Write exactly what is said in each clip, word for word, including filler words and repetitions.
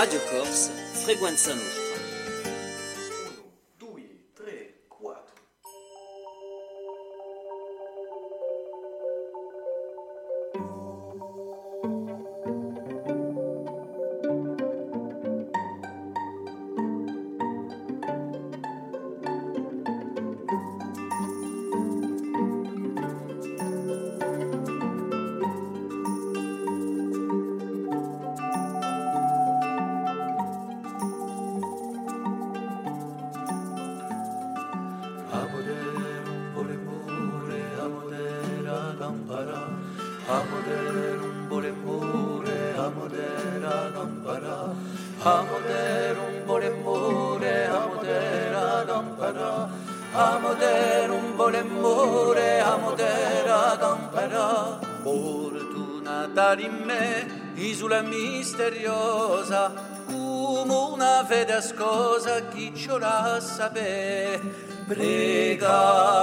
Radio Corse, Frequenza Nostra. Isola misteriosa, come una fede ascosa, chi ce la sapè, prega.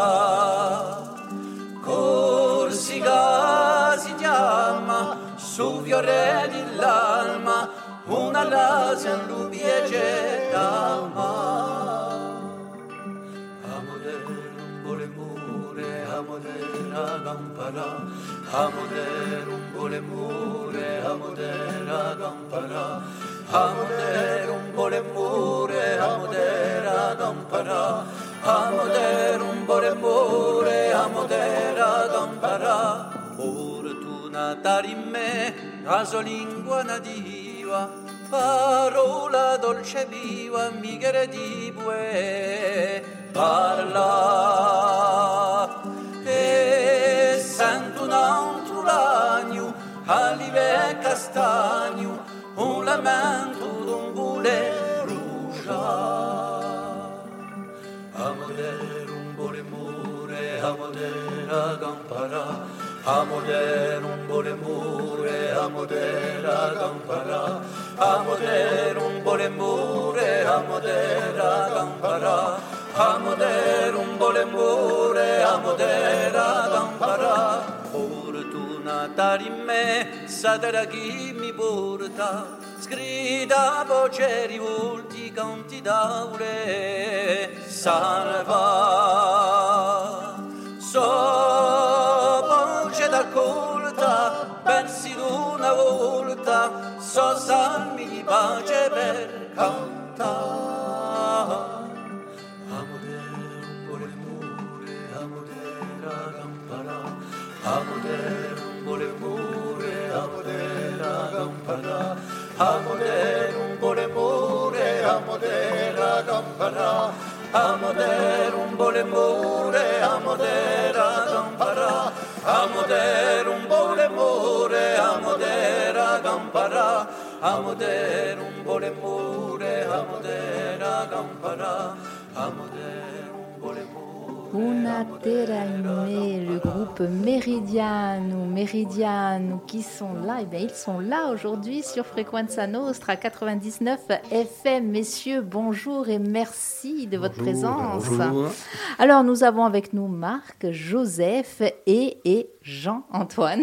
Corsica si chiama, su fiore dell'alma, una lasia in piace d'ama. Amore non vuole mure, amore la campana, amore non vuole mure, amore la campana, amore non vuole mure, amore la campana, amore non vuole mure, amore la campana. Fortunata in me, la sua lingua nativa, parola dolce viva, mica di pue parla. E sento un altro ragno, alive castagno, un lamento d'un bule rugia. Amore non vuole mure, amore la campana, amore non vuole mure, amore la campana, amore non vuole mure, amore la campana, amore non vuole mure, amore la campana. Fortunata in me, satera chi mi porta, sgrida voce rivolti, canti d'aure, salva. So voce d'accolta, persi d'una volta, so salmi di pace per cantare. Amore non vuole mure, amore la campana, amore non vuole mure, amore la campana, amore non vuole mure, amore la campana, amore non vuole mure, amore la campana, amore non vuole mure, amore la campana, amore non vuole mure, amore la campana, amore non vuole mure. Una terra in me, le groupe Méridiane ou Méridiane qui sont là, et bien ils sont là aujourd'hui sur Frequenza Nostra quatre-vingt-dix-neuf F M. Messieurs, bonjour et merci de votre bonjour, présence. Bonjour. Alors nous avons avec nous Marc, Joseph et, et Jean-Antoine.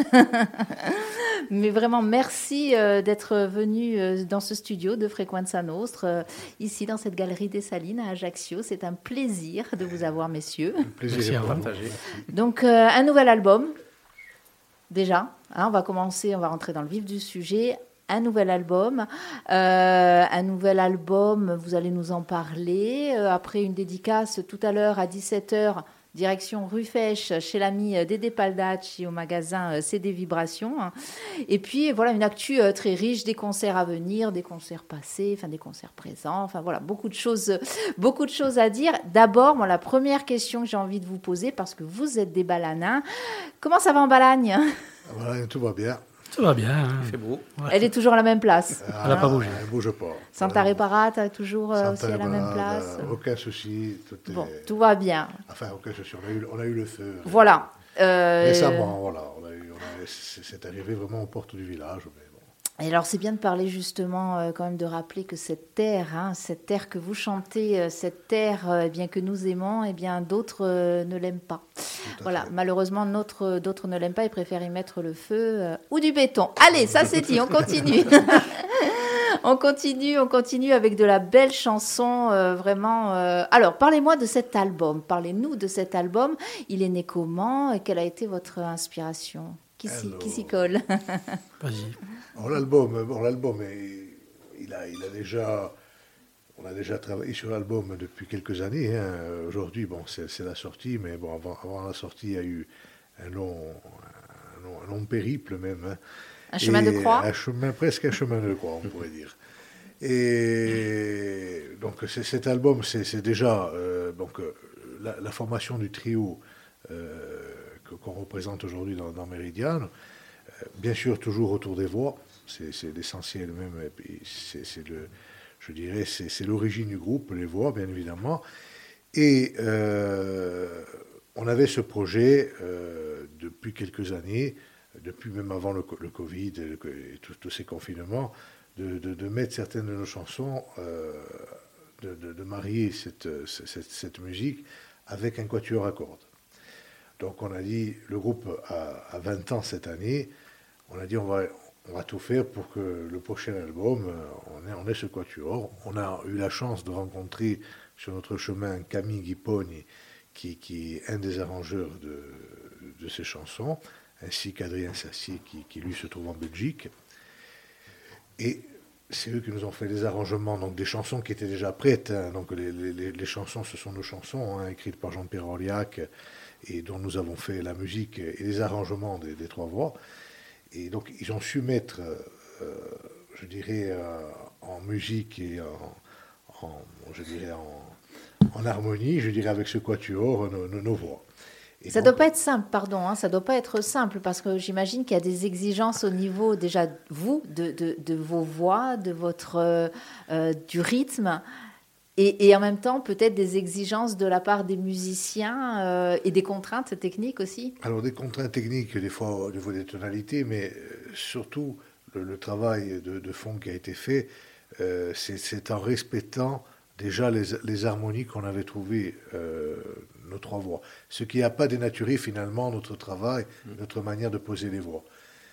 Mais vraiment merci euh, d'être venu euh, dans ce studio de Frequenza Nostra, euh, ici dans cette galerie des Salines à Ajaccio. C'est un plaisir de vous avoir, messieurs. Un plaisir à partager. Donc euh, un nouvel album, déjà. Hein, on va commencer, on va rentrer dans le vif du sujet. Un nouvel album, euh, un nouvel album, vous allez nous en parler. Euh, après une dédicace tout à l'heure à dix-sept heures, direction rue Fèche, chez l'ami Dédé Paldacci au magasin C D Vibrations. Et puis voilà, une actu très riche, des concerts à venir, des concerts passés, enfin des concerts présents, enfin voilà, beaucoup de choses, beaucoup de choses à dire. D'abord, moi, la première question que j'ai envie de vous poser, parce que vous êtes des Balanins, comment ça va en Balagne ? Voilà, tout va bien. Tout va bien. Hein. Il fait beau. Ouais. Elle est toujours à la même place. Ah, elle n'a pas bougé. Elle ne bouge pas. Santa Reparata, toujours Santa aussi à la même place. Euh, aucun souci. Tout est... Bon, tout va bien. Enfin, aucun souci. On a eu, on a eu le feu. Voilà. Euh... Récemment, voilà. On a eu, on a... C'est arrivé vraiment aux portes du village. Mais bon. Et alors, c'est bien de parler justement, euh, quand même, de rappeler que cette terre, hein, cette terre que vous chantez, euh, cette terre euh, eh bien, que nous aimons, eh bien, d'autres euh, ne l'aiment pas. Voilà, fait. Malheureusement, notre, d'autres ne l'aiment pas et préfèrent y mettre le feu euh, ou du béton. Allez, ça c'est dit, on continue. On continue, on continue avec de la belle chanson, euh, vraiment. euh. Alors, parlez-moi de cet album. Parlez-nous de cet album. Il est né comment et quelle a été votre inspiration? Qui s'y, Alors, qui s'y colle? Vas-y. Alors, l'album, bon, l'album, est- il a, il a déjà, on a déjà travaillé sur l'album depuis quelques années. Hein. Aujourd'hui, bon, c'est, c'est la sortie, mais bon, avant, avant la sortie, il y a eu un long, un long, un long périple même. Hein. Un chemin Et de croix? un chemin, presque un chemin de croix, on pourrait dire. Et donc c'est, cet album, c'est, c'est déjà euh, donc, euh, la, la formation du trio euh, que, qu'on représente aujourd'hui dans, dans Méridiane. Euh, bien sûr, toujours autour des voix, c'est, c'est l'essentiel même, et puis c'est, c'est le, je dirais, c'est, c'est l'origine du groupe, les voix, bien évidemment. Et euh, on avait ce projet euh, depuis quelques années, depuis même avant le, le Covid et, le, et tous, tous ces confinements, de, de, de mettre certaines de nos chansons, euh, de, de, de marier cette, cette, cette musique avec un quatuor à cordes. Donc on a dit, le groupe a, a vingt ans cette année, on a dit on va, on va tout faire pour que le prochain album, on ait, on ait ce quatuor. On a eu la chance de rencontrer sur notre chemin Camille Guiponi, qui, qui est un des arrangeurs de, de ces chansons, ainsi qu'Adrien Sassier, qui, qui lui se trouve en Belgique. Et c'est eux qui nous ont fait les arrangements, donc des chansons qui étaient déjà prêtes. Hein. Donc les, les, les chansons, ce sont nos chansons, hein, écrites par Jean-Pierre Orliac, et dont nous avons fait la musique et les arrangements des, des trois voix. Et donc ils ont su mettre, euh, je dirais, euh, en musique et en, en je dirais en, en harmonie, je dirais avec ce quatuor, nos, nos, nos voix. Et Ça ne donc, doit pas être simple, pardon, hein, ça ne doit pas être simple parce que j'imagine qu'il y a des exigences au niveau déjà, vous, de, de, de vos voix, de votre, euh, euh, du rythme et, et en même temps peut-être des exigences de la part des musiciens euh, et des contraintes techniques aussi. Alors des contraintes techniques, des fois au niveau des tonalités, mais euh, surtout le, le travail de, de fond qui a été fait, euh, c'est, c'est en respectant déjà les, les harmonies qu'on avait trouvées, euh, nos trois voix. Ce qui n'a pas dénaturé finalement notre travail, notre manière de poser les voix.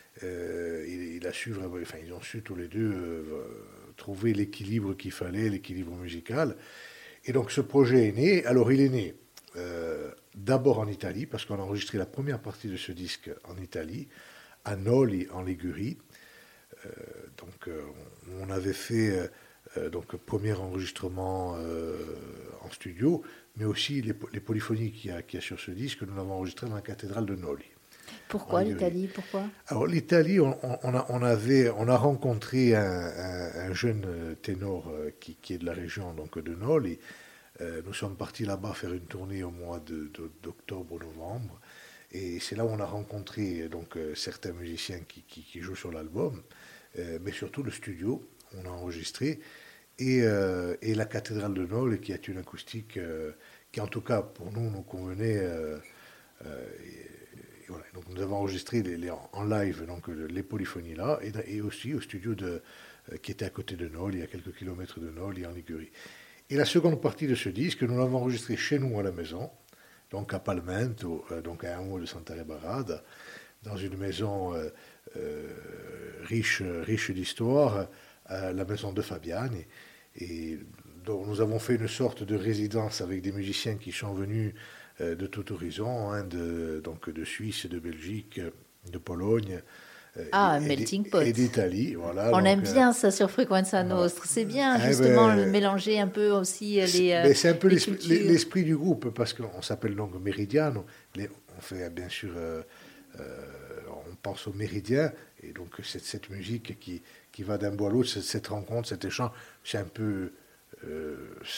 Euh, il, il a su vraiment, enfin ils ont su tous les deux euh, trouver l'équilibre qu'il fallait, l'équilibre musical. Et donc ce projet est né. Alors il est né euh, d'abord en Italie, parce qu'on a enregistré la première partie de ce disque en Italie, à Noli en Ligurie. Euh, donc euh, on avait fait euh, donc premier enregistrement euh, en studio, mais aussi les, les polyphonies qu'il y a, qu'il y a sur ce disque, nous l'avons enregistré dans la cathédrale de Noli. Pourquoi l'Italie? Pourquoi? Alors l'Italie, on, on, a, on, avait, on a rencontré un, un, un jeune ténor qui, qui est de la région donc de Noli. Euh, nous sommes partis là-bas faire une tournée au mois de, de, d'octobre-novembre. Et c'est là où on a rencontré donc, certains musiciens qui, qui, qui jouent sur l'album, euh, mais surtout le studio, on a enregistré, et, euh, et la cathédrale de Noli qui a une acoustique euh, qui en tout cas pour nous nous convenait. Euh, euh, et, et voilà. Donc nous avons enregistré les, les, en live donc, les polyphonies là, et, et aussi au studio de, euh, qui était à côté de Noli, à quelques kilomètres de Noli, en Ligurie. Et la seconde partie de ce disque, nous l'avons enregistré chez nous à la maison, donc à Palmento, euh, donc à un hameau de Santa Rebarada, dans une maison euh, euh, riche, riche d'histoire, euh, la maison de Fabiani. Et donc nous avons fait une sorte de résidence avec des musiciens qui sont venus euh, de tout horizon, hein, de, donc de Suisse, de Belgique, de Pologne. Ah, et, melting et, pot. Et d'Italie, voilà. On donc, aime bien euh, ça sur Frequenza Nostra. voilà. C'est bien Eh justement ben, le mélanger un peu aussi les. C'est, euh, mais c'est un peu les l'esprit, cultures. l'esprit du groupe parce qu'on s'appelle donc Méridiano. Les, on fait bien sûr, euh, euh, on pense au méridien et donc cette, cette musique qui, qui va d'un bout à l'autre, cette, cette rencontre, cet échange, c'est un peu, euh,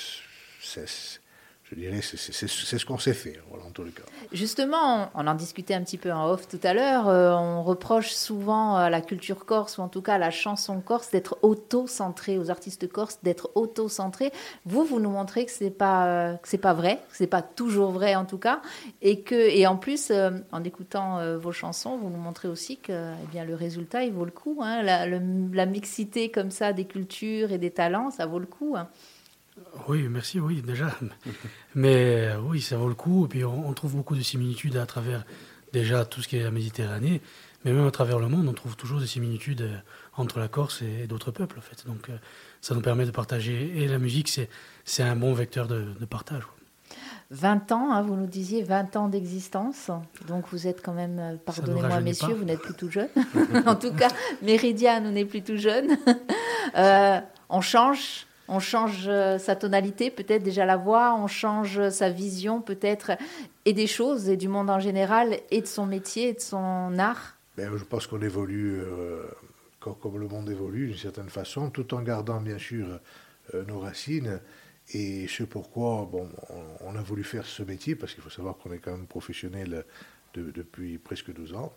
c'est, je dirais, c'est, c'est, c'est, c'est ce qu'on sait faire, voilà, en tous les cas. Justement, on en discutait un petit peu en off tout à l'heure, euh, on reproche souvent à la culture corse, ou en tout cas à la chanson corse, d'être auto-centrée, aux artistes corses d'être auto-centrés. Vous, vous nous montrez que c'est pas, euh, que c'est pas vrai, que c'est pas toujours vrai en tout cas, et, que, et en plus, euh, en écoutant euh, vos chansons, vous nous montrez aussi que eh bien, le résultat, il vaut le coup. Hein, la, le, la mixité comme ça des cultures et des talents, ça vaut le coup. Hein. Oui, merci, oui, déjà. Mais oui, ça vaut le coup. Et puis, on, on trouve beaucoup de similitudes à travers déjà tout ce qui est la Méditerranée, Mais même à travers le monde, on trouve toujours des similitudes euh, entre la Corse et, et d'autres peuples, en fait. Donc, euh, ça nous permet de partager. Et la musique, c'est, c'est un bon vecteur de, de partage. vingt ans, hein, vous nous disiez, vingt ans d'existence. Donc, vous êtes quand même, euh, pardonnez-moi, messieurs, pas. Vous n'êtes plus tout jeune. En tout cas, Méridiane, on n'est plus tout jeune. euh, on change... On change sa tonalité, peut-être déjà la voix, on change sa vision peut-être, et des choses, et du monde en général, et de son métier, et de son art. Ben, je pense qu'on évolue euh, comme, comme le monde évolue d'une certaine façon, tout en gardant bien sûr euh, nos racines. Et c'est pourquoi bon, on, on a voulu faire ce métier, parce qu'il faut savoir qu'on est quand même professionnel de, depuis presque douze ans.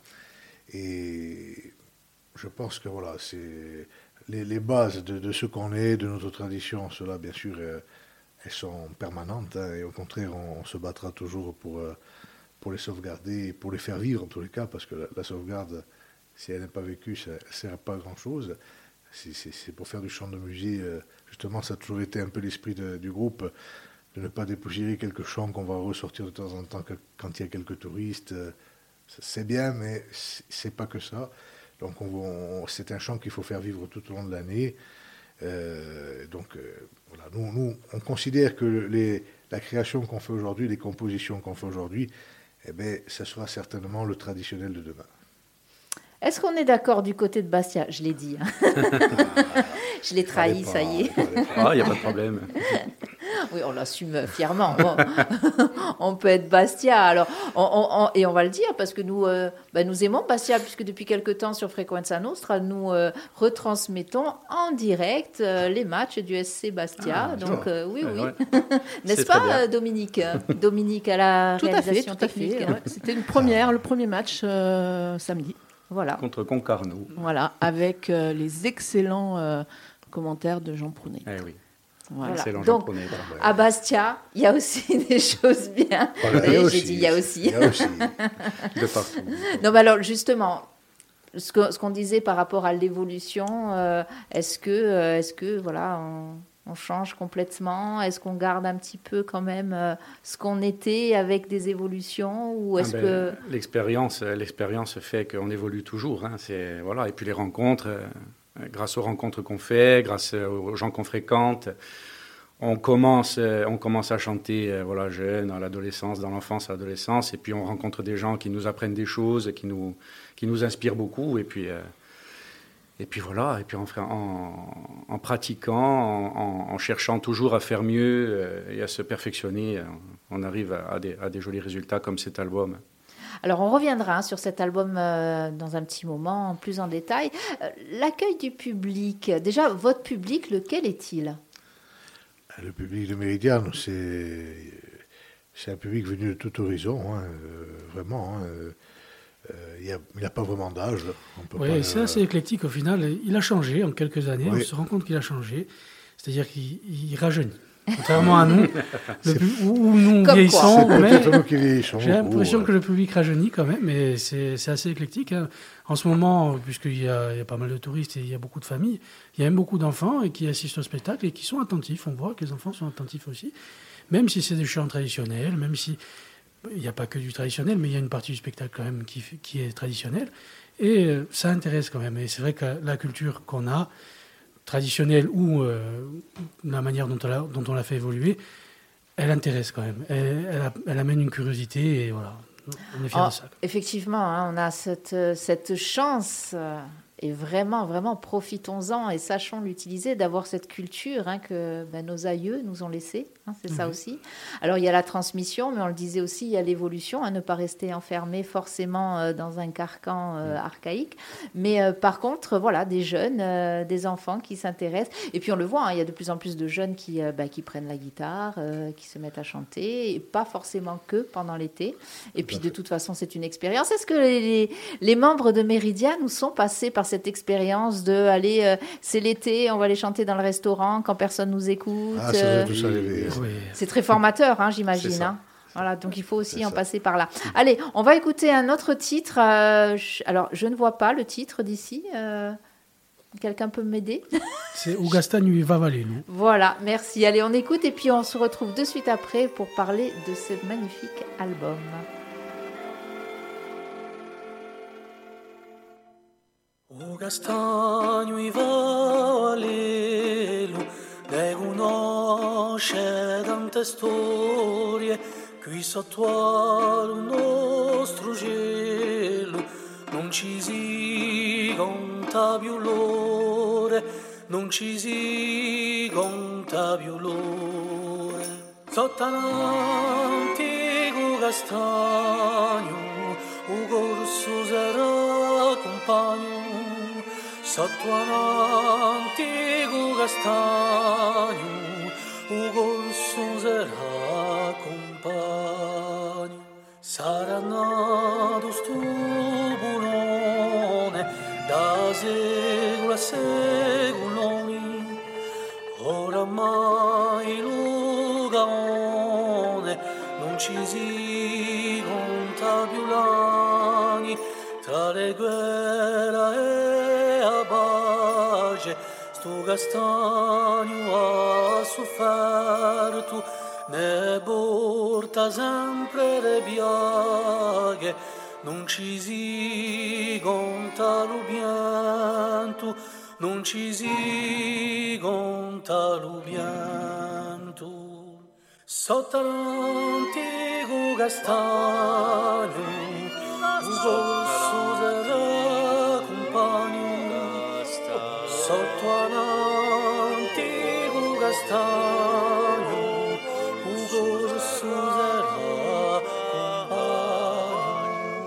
Et je pense que voilà, c'est... Les, les bases de, de ce qu'on est, de notre tradition, cela bien sûr, euh, elles sont permanentes. Hein, et au contraire, on, on se battra toujours pour, euh, pour les sauvegarder et pour les faire vivre en tous les cas, parce que la, la sauvegarde, si elle n'est pas vécue, ça ne sert à pas à grand-chose. C'est, c'est, c'est pour faire du chant de musée, euh, justement, ça a toujours été un peu l'esprit de, du groupe, de ne pas dépoussiérer quelques chants qu'on va ressortir de temps en temps quand il y a quelques touristes. Euh, c'est bien, mais c'est, c'est pas que ça. Donc on, on, c'est un chant qu'il faut faire vivre tout au long de l'année. Euh, donc euh, voilà, nous, nous, on considère que les, la création qu'on fait aujourd'hui, les compositions qu'on fait aujourd'hui, eh ben, ça sera certainement le traditionnel de demain. Est-ce qu'on est d'accord du côté de Bastia ? Je l'ai dit. Hein. Je l'ai trahi, pas, ça y est. Ah, il n'y a pas de problème. Oui, on l'assume fièrement. Bon. On peut être Bastia. Alors, on, on, on, et on va le dire parce que nous, euh, bah, nous aimons Bastia, puisque depuis quelque temps sur Frequenza Nostra, nous euh, retransmettons en direct euh, les matchs du S C Bastia. Ah, Donc, euh, oui, oui. Ouais. N'est-ce C'est pas, Dominique ? Dominique à la tout réalisation à fait, tout technique. À fait, ouais. C'était une première, le premier match euh, samedi. Voilà. Contre Concarneau. Voilà, avec euh, les excellents euh, commentaires de Jean Prounet. Eh oui. Voilà. Excellent, Donc, Jean Prounet, voilà. à Bastia, il y a aussi des choses bien. Voilà, J'ai aussi, dit il y a aussi. Il y a aussi. De partout. Non, mais alors justement, ce, que, ce qu'on disait par rapport à l'évolution, euh, est-ce que, euh, est-ce que voilà, on, on change complètement ? Est-ce qu'on garde un petit peu quand même euh, ce qu'on était avec des évolutions ou est-ce ah ben, que l'expérience, l'expérience fait qu'on évolue toujours. Hein, c'est, voilà. Et puis les rencontres, euh, grâce aux rencontres qu'on fait, grâce aux gens qu'on fréquente, on commence, euh, on commence à chanter euh, voilà, jeune, à l'adolescence, dans l'enfance, à l'adolescence, et puis on rencontre des gens qui nous apprennent des choses, qui nous, qui nous inspirent beaucoup, et puis... Euh, Et puis voilà, et puis en, en, en pratiquant, en, en cherchant toujours à faire mieux euh, et à se perfectionner, on arrive à, à, des, à des jolis résultats comme cet album. Alors on reviendra hein, sur cet album euh, dans un petit moment, plus en détail. Euh, l'accueil du public, déjà votre public, lequel est-il ? Le public de Méridiane, c'est, c'est un public venu de tout horizon, hein, euh, vraiment. Hein, euh, Il euh, n'y a, a pas vraiment d'âge. Oui, pas, c'est euh... assez éclectique au final. Il a changé en quelques années. Oui. On se rend compte qu'il a changé. C'est-à-dire qu'il il rajeunit. Contrairement à nous, le, où nous Comme vieillissons. Mais vieillissons j'ai l'impression ouais. que le public rajeunit quand même. Mais c'est, c'est assez éclectique. Hein. En ce moment, puisqu'il y a, il y a pas mal de touristes et il y a beaucoup de familles, il y a même beaucoup d'enfants et qui assistent au spectacle et qui sont attentifs. On voit que les enfants sont attentifs aussi. Même si c'est des chants traditionnels, même si... Il n'y a pas que du traditionnel, mais il y a une partie du spectacle quand même qui, qui est traditionnelle. Et euh, ça intéresse quand même. Et c'est vrai que la culture qu'on a, traditionnelle ou euh, la manière dont on, l'a, dont on l'a fait évoluer, elle intéresse quand même. Elle, elle, a, elle amène une curiosité et voilà, on est fiers oh, de ça. Effectivement, hein, on a cette, cette chance... Euh... Et vraiment, vraiment, profitons-en et sachons l'utiliser, d'avoir cette culture hein, que ben, nos aïeux nous ont laissée. Hein, c'est mmh. ça aussi. Alors, il y a la transmission, mais on le disait aussi, il y a l'évolution, à hein, ne pas rester enfermé forcément euh, dans un carcan euh, archaïque. Mais euh, par contre, voilà, des jeunes, euh, des enfants qui s'intéressent. Et puis, on le voit, hein, il y a de plus en plus de jeunes qui, euh, bah, qui prennent la guitare, euh, qui se mettent à chanter, et pas forcément que pendant l'été. Et puis, de toute façon, c'est une expérience. Est-ce que les, les membres de Méridiane nous sont passés par cette expérience de aller, euh, c'est l'été, on va aller chanter dans le restaurant quand personne nous écoute. Ah, ça euh, tout ça arrivé. Oui. C'est très formateur, hein, j'imagine. Hein. Voilà, donc il faut aussi c'est en ça. passer par là. Allez, on va écouter un autre titre. Euh, je, alors, je ne vois pas le titre d'ici. Euh, quelqu'un peut m'aider ? C'est Augustin Nuit va valer, nous. Voilà, merci. Allez, on écoute et puis on se retrouve de suite après pour parler de ce magnifique album. O castagno i va a lelo, ne conosce tante storie, qui sotto al nostro cielo non ci si conta più l'ore, non ci si conta più l'ore. Sotto l'antico castagno, o corso sarà compagno, sotto l'antico castagno, o corso sarà compagno. Sarà nato stupolone da secolo a secoloni, oramai lo gaone non ci si conta più l'anni, tra le guerre e la pace sto castagno ha sofferto, ne porta sempre le piaghe, non ci si conta lo pianto, non ci si conta lo pianto. Sotto l'antico castagno, un corso sarà compagno, sotto l'antico castagno, un corso sarà compagno.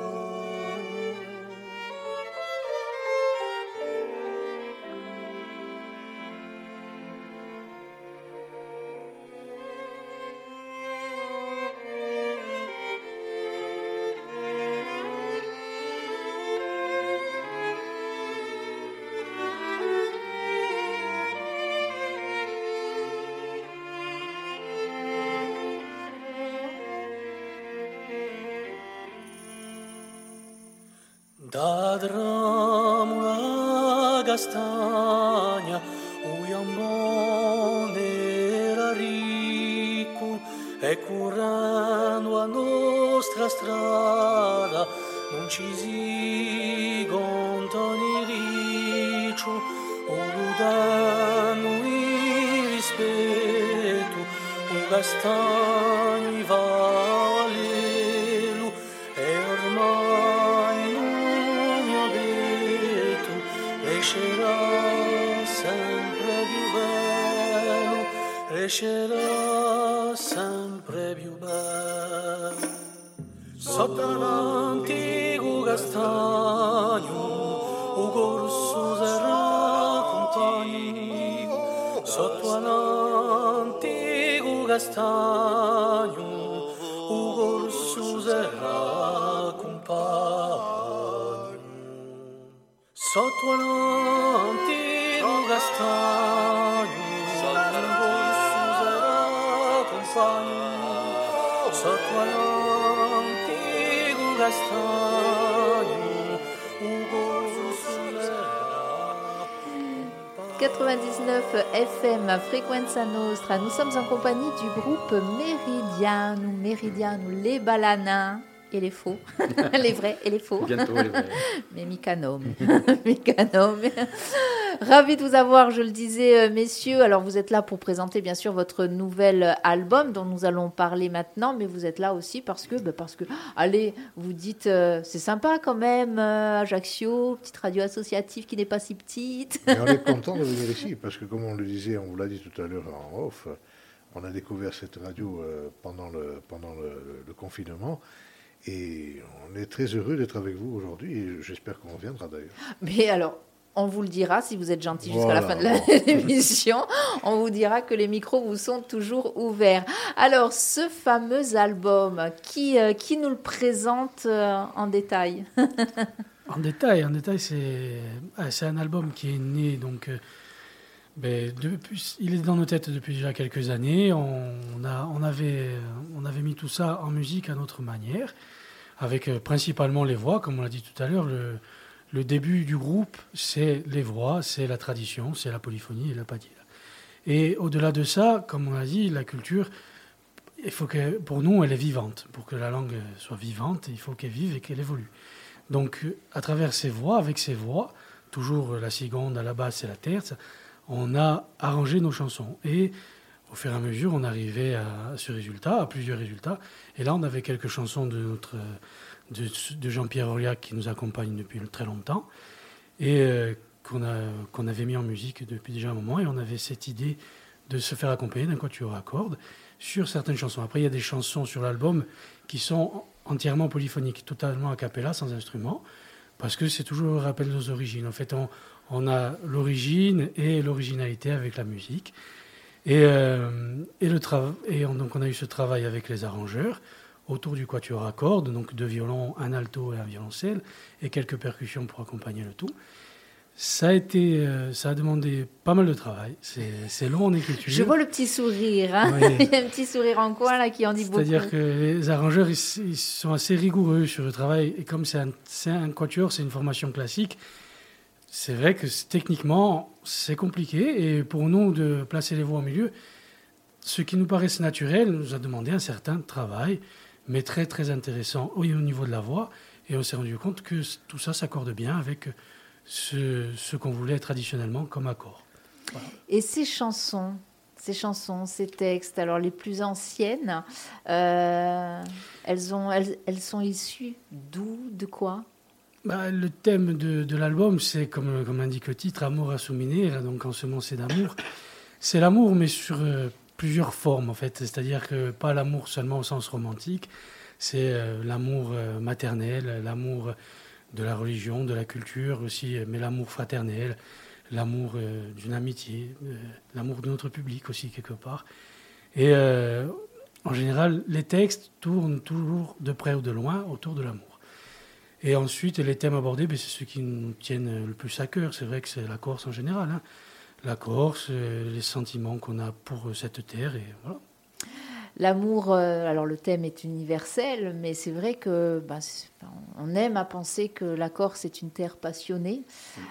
Da tramo castagna, o iambone era ricco, e curando a nostra strada, non ci si conta ni riccio, o lo danno in rispetto, un castagno va a lelo, e ormai non mi ha detto, crescerà sempre più bello, crescerà sempre più bello. Sotto l'antico castagno, o corso sarà compagno, sotto l'antico castagno, o corso sarà compagno. Sotto l'antico castagno, o corso sarà compagno, sotto l'antico castagno, o corso sarà compagno. quatre-vingt-dix-neuf F M, Frequenza Nostra. Nous sommes en compagnie du groupe Meridiano, Meridiano, les balanins et les faux, les vrais et les faux. Bientôt les vrais. Mais Micanom, Micanom. Ravi de vous avoir, je le disais, messieurs. Alors, vous êtes là pour présenter, bien sûr, votre nouvel album dont nous allons parler maintenant, mais vous êtes là aussi parce que, bah parce que, allez, vous dites, euh, c'est sympa quand même, euh, Ajaccio, petite radio associative qui n'est pas si petite. Et on est content de venir ici parce que, comme on le disait, on vous l'a dit tout à l'heure en off, on a découvert cette radio euh, pendant, le, pendant le, le confinement. Et on est très heureux d'être avec vous aujourd'hui et j'espère qu'on reviendra d'ailleurs. Mais alors, on vous le dira si vous êtes gentil jusqu'à Voilà, la fin de la- l'émission. On vous dira que les micros vous sont toujours ouverts. Alors, ce fameux album, qui, euh, qui nous le présente euh, en détail? En détail, en détail, c'est ah, c'est un album qui est né donc. euh, ben, depuis, il est dans nos têtes depuis déjà quelques années. On, a, on, avait, on avait mis tout ça en musique à notre manière, avec euh, principalement les voix, comme on l'a dit tout à l'heure. Le, le début du groupe, c'est les voix, c'est la tradition, c'est la polyphonie et la padilla. Et au-delà de ça, comme on l'a dit, la culture, il faut que, pour nous, elle est vivante. Pour que la langue soit vivante, il faut qu'elle vive et qu'elle évolue. Donc, à travers ces voix, avec ces voix, toujours la seconde à la basse et la terce, on a arrangé nos chansons. Et au fur et à mesure, on arrivait à ce résultat, à plusieurs résultats. Et là, on avait quelques chansons de, notre, de, de Jean-Pierre Orliac qui nous accompagne depuis très longtemps et euh, qu'on, a, qu'on avait mis en musique depuis déjà un moment. Et on avait cette idée de se faire accompagner d'un quatuor à cordes sur certaines chansons. Après, il y a des chansons sur l'album qui sont entièrement polyphoniques, totalement a cappella, sans instrument, parce que c'est toujours le rappel de nos origines. En fait, on, on a l'origine et l'originalité avec la musique. Et, euh, et, le trava- et on, donc on a eu ce travail avec les arrangeurs autour du quatuor à cordes, donc deux violons, un alto et un violoncelle, et quelques percussions pour accompagner le tout. Ça a, été, euh, ça a demandé pas mal de travail. C'est, c'est long en écriture. Je vois le petit sourire. Hein. Oui. Il y a un petit sourire en coin là qui en dit beaucoup. C'est-à-dire que les arrangeurs, ils, ils sont assez rigoureux sur le travail. Et comme c'est un, c'est un quatuor, c'est une formation classique, c'est vrai que c'est, techniquement, c'est compliqué. Et pour nous, de placer les voix au milieu, ce qui nous paraissait naturel nous a demandé un certain travail, mais très, très intéressant au niveau de la voix. Et on s'est rendu compte que tout ça s'accorde bien avec ce, ce qu'on voulait traditionnellement comme accord. Voilà. Et ces chansons, ces chansons, ces textes, alors les plus anciennes, euh, elles, ont, elles, elles sont issues d'où, de quoi ? Bah, le thème de, de l'album, c'est, comme, comme l'indique le titre, Amour assuminer, donc ensemencé d'amour. C'est l'amour, mais sur euh, plusieurs formes, en fait. C'est-à-dire que pas l'amour seulement au sens romantique, c'est euh, l'amour euh, maternel, l'amour de la religion, de la culture aussi, mais l'amour fraternel, l'amour euh, d'une amitié, euh, l'amour de notre public aussi, quelque part. Et euh, en général, les textes tournent toujours de près ou de loin autour de l'amour. Et ensuite, les thèmes abordés, ben, c'est ceux qui nous tiennent le plus à cœur. C'est vrai que c'est la Corse en général. Hein. La Corse, euh, les sentiments qu'on a pour cette terre, et voilà. L'amour, euh, alors le thème est universel, mais c'est vrai que ben, c'est, on aime à penser que la Corse est une terre passionnée.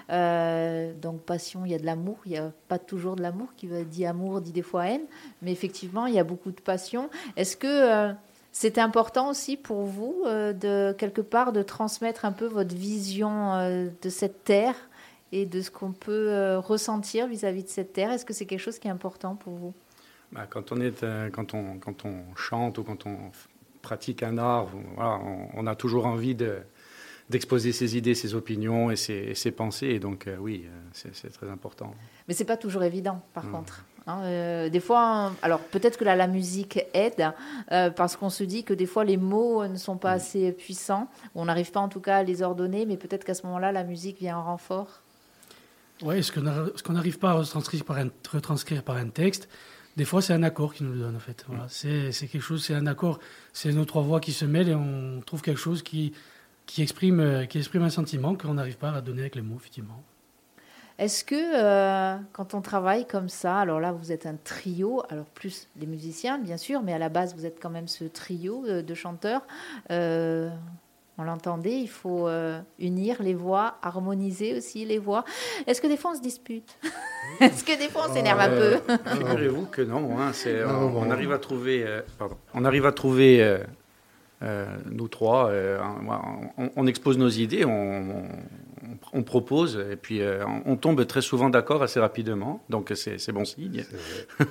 Euh, donc passion, il y a de l'amour, il n'y a pas toujours de l'amour, qui dit amour, dit des fois haine, mais effectivement, il y a beaucoup de passion. Est-ce que euh, c'est important aussi pour vous, euh, de quelque part, de transmettre un peu votre vision euh, de cette terre et de ce qu'on peut euh, ressentir vis-à-vis de cette terre ? Est-ce que c'est quelque chose qui est important pour vous ? Bah, quand, on est, euh, quand, on, quand on chante ou quand on f- pratique un art, voilà, on, on a toujours envie de, d'exposer ses idées, ses opinions et ses, et ses pensées. Et donc, euh, oui, euh, c'est, c'est très important. Mais ce n'est pas toujours évident, par Mmh. contre. Hein, euh, des fois, alors peut-être que là, la musique aide, euh, parce qu'on se dit que des fois, les mots ne sont pas mmh. assez puissants. On n'arrive pas en tout cas à les ordonner, mais peut-être qu'à ce moment-là, la musique vient en renfort. Oui, ce qu'on n'arrive pas à retranscrire par, un, retranscrire par un texte, des fois, c'est un accord qui nous le donne, en fait. Voilà. C'est, c'est quelque chose, c'est un accord, c'est nos trois voix qui se mêlent et on trouve quelque chose qui, qui, exprime, qui exprime un sentiment qu'on n'arrive pas à donner avec les mots, effectivement. Est-ce que, euh, quand on travaille comme ça, alors là, vous êtes un trio, alors plus les musiciens, bien sûr, mais à la base, vous êtes quand même ce trio de, de chanteurs. Euh, on l'entendait, il faut euh, unir les voix, harmoniser aussi les voix. Est-ce que des fois, on se dispute ? Est-ce que des fois, on s'énerve euh, un peu ? Figurez-vous que non. Hein, c'est, on, on arrive à trouver... Euh, pardon, on arrive à trouver... Euh, euh, nous trois, euh, on, on expose nos idées, on, on, on propose, et puis euh, on tombe très souvent d'accord assez rapidement, donc c'est, c'est bon signe. C'est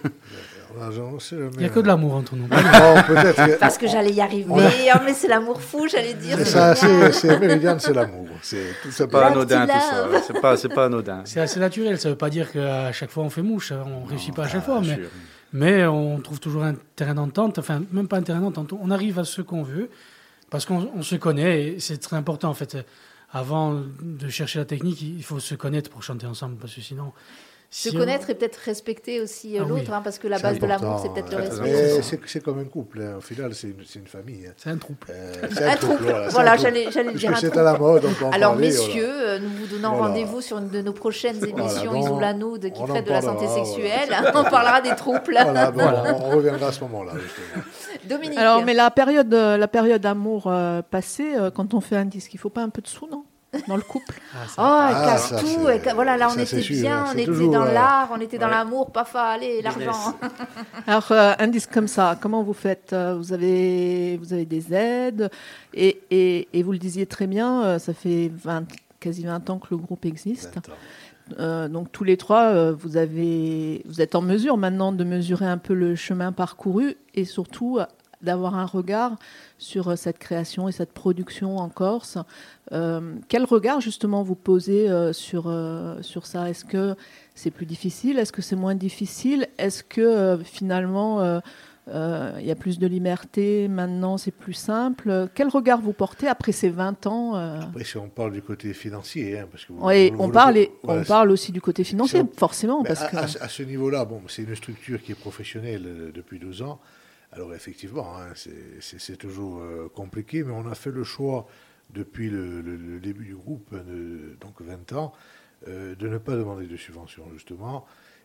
Il n'y a que de l'amour entre nous. Bon, que... Parce que j'allais y arriver, oh, mais c'est l'amour fou, j'allais dire. C'est, ça, c'est, c'est Méridiane, c'est l'amour. C'est, tout c'est pas anodin tout ça, c'est pas, c'est pas anodin. C'est assez naturel, ça ne veut pas dire qu'à chaque fois on fait mouche, on ne réussit pas à chaque fois, mais... Sûr. Mais on trouve toujours un terrain d'entente, enfin, même pas un terrain d'entente, on arrive à ce qu'on veut, parce qu'on on se connaît, et c'est très important, en fait. Avant de chercher la technique, il faut se connaître pour chanter ensemble, parce que sinon... Se si connaître on... et peut-être respecter aussi ah, l'autre, oui. hein, parce que la c'est base important, de l'amour, c'est peut-être euh, le respect. C'est, c'est comme un couple, hein. Au final, c'est une, c'est une famille. Hein. C'est un trouble. Euh, c'est un, un trouble, voilà, voilà un j'allais, j'allais le dire. C'est à la mode, donc on Alors, parlait, messieurs, voilà. nous vous donnons voilà. rendez-vous sur une de nos prochaines émissions, voilà, Isoula Noud, qui traite de la santé voilà, sexuelle. Voilà. On parlera des troubles. Voilà, bon, on reviendra à ce moment-là. Dominique. Alors, mais la période, la période d'amour euh, passée, euh, quand on fait un disque, il ne faut pas un peu de sous, non ? Dans le couple. Ah, ça, oh, elle casse ah, tout. Et, voilà, là, on ça, était sûr, bien, on était toujours, dans euh, l'art, on était dans ouais. l'amour, pas fa, allez, l'argent. Alors, euh, un disque comme ça, comment vous faites ? Vous avez, vous avez des aides et, et, et vous le disiez très bien, ça fait vingt, quasi vingt ans que le groupe existe. vingt ans. Euh, donc tous les trois, euh, vous, avez, vous êtes en mesure maintenant de mesurer un peu le chemin parcouru et surtout euh, d'avoir un regard sur euh, cette création et cette production en Corse. Euh, quel regard justement vous posez euh, sur, euh, sur ça ? Est-ce que c'est plus difficile ? Est-ce que c'est moins difficile ? Est-ce que euh, finalement euh, euh, il y a plus de liberté maintenant, c'est plus simple ? Quel regard vous portez après ces vingt ans euh... Après, si on parle du côté financier, hein, parce que vous, oui, vous, on, vous parle le, et, voilà, on parle aussi du côté financier, on, forcément. Parce à, que... à, à ce niveau-là, bon, c'est une structure qui est professionnelle euh, depuis deux ans. Alors effectivement, hein, c'est, c'est, c'est toujours euh, compliqué, mais on a fait le choix depuis le, le, le début du groupe, de, donc vingt ans, euh, de ne pas demander de subvention, justement.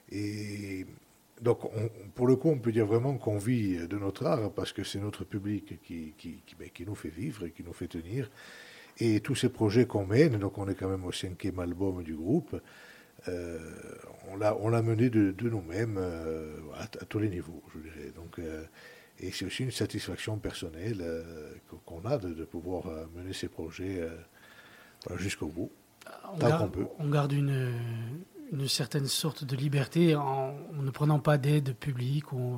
Et donc, on, pour le coup, on peut dire vraiment qu'on vit de notre art, parce que c'est notre public qui, qui, qui, ben, qui nous fait vivre et qui nous fait tenir. Et tous ces projets qu'on mène, donc on est quand même au cinquième album du groupe, euh, on, l'a, on l'a mené de, de nous-mêmes euh, à, à tous les niveaux, je dirais. Donc, euh, et c'est aussi une satisfaction personnelle euh, qu'on a de, de pouvoir euh, mener ces projets euh, voilà, jusqu'au bout, on tant garde, qu'on peut. On garde une, une certaine sorte de liberté en, en ne prenant pas d'aide publique. On,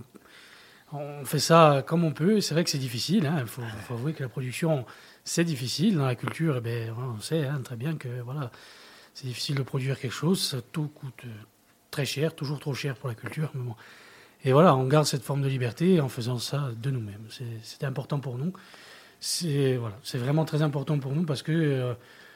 on fait ça comme on peut. C'est vrai que c'est difficile. Il hein. faut, faut avouer que la production, c'est difficile. Dans la culture, eh bien, on sait hein, très bien que voilà, c'est difficile de produire quelque chose. Ça, tout coûte très cher, toujours trop cher pour la culture. Mais bon. Et voilà, on garde cette forme de liberté en faisant ça de nous-mêmes. C'est, c'était important pour nous. C'est, voilà, c'est vraiment très important pour nous parce que euh,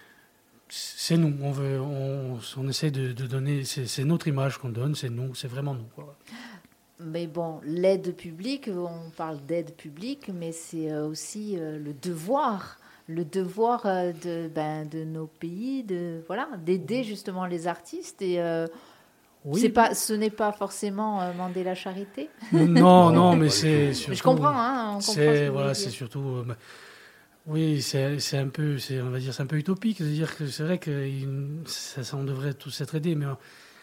c'est nous. On, veut, on, on essaie de, de donner... C'est, c'est notre image qu'on donne, c'est nous, c'est vraiment nous. Quoi. Mais bon, l'aide publique, on parle d'aide publique, mais c'est aussi euh, le devoir, le devoir euh, de, ben, de nos pays, de, voilà, d'aider justement les artistes et... Euh, Oui. C'est pas, ce n'est pas forcément euh, demander la charité. Non, non, mais c'est surtout. Mais je comprends, hein. On comprend c'est ce que voilà, vous c'est dire. surtout. Euh, bah, oui, c'est, c'est un peu, c'est, on va dire, c'est un peu utopique de dire que c'est vrai que il, ça, ça, on devrait tous être aidés, mais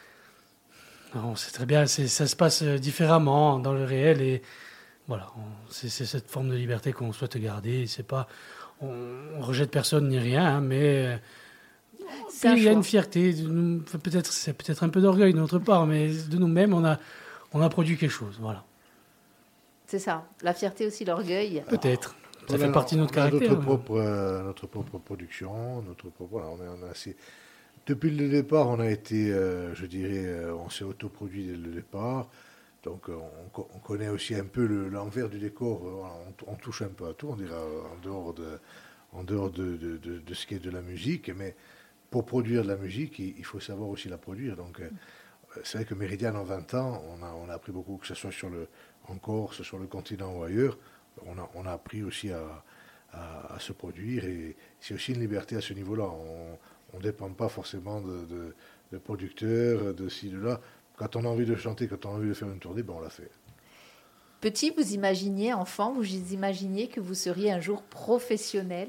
on, non, c'est très bien. C'est, ça se passe différemment dans le réel et voilà, on, c'est, c'est cette forme de liberté qu'on souhaite garder. C'est pas, on, on rejette personne ni rien, hein, mais. Puis, il y a une fierté, de nous, peut-être, c'est peut-être un peu d'orgueil de notre part, mais de nous-mêmes, on a, on a produit quelque chose. Voilà. C'est ça, la fierté aussi, l'orgueil. Peut-être, ça voilà, fait partie de notre caractère. Notre propre, euh, notre propre production, notre propre, voilà, on est, on est assez... Depuis le départ, on a été, euh, je dirais, euh, on s'est autoproduit dès le départ. Donc, on, on connaît aussi un peu le, l'envers du décor. Voilà, on, on touche un peu à tout, on dirait, en dehors de, en dehors de, de, de, de ce qui est de la musique, mais pour produire de la musique, il faut savoir aussi la produire. Donc, euh, c'est vrai que Méridiane, en vingt ans, on a, on a appris beaucoup, que ce soit sur le, en Corse, sur le continent ou ailleurs. On a, on a appris aussi à, à, à se produire. Et c'est aussi une liberté à ce niveau-là. On ne dépend pas forcément de, de, de producteurs, de ci, de là. Quand on a envie de chanter, quand on a envie de faire une tournée, ben on la fait. Petit, vous imaginiez, enfant, vous imaginiez que vous seriez un jour professionnel ?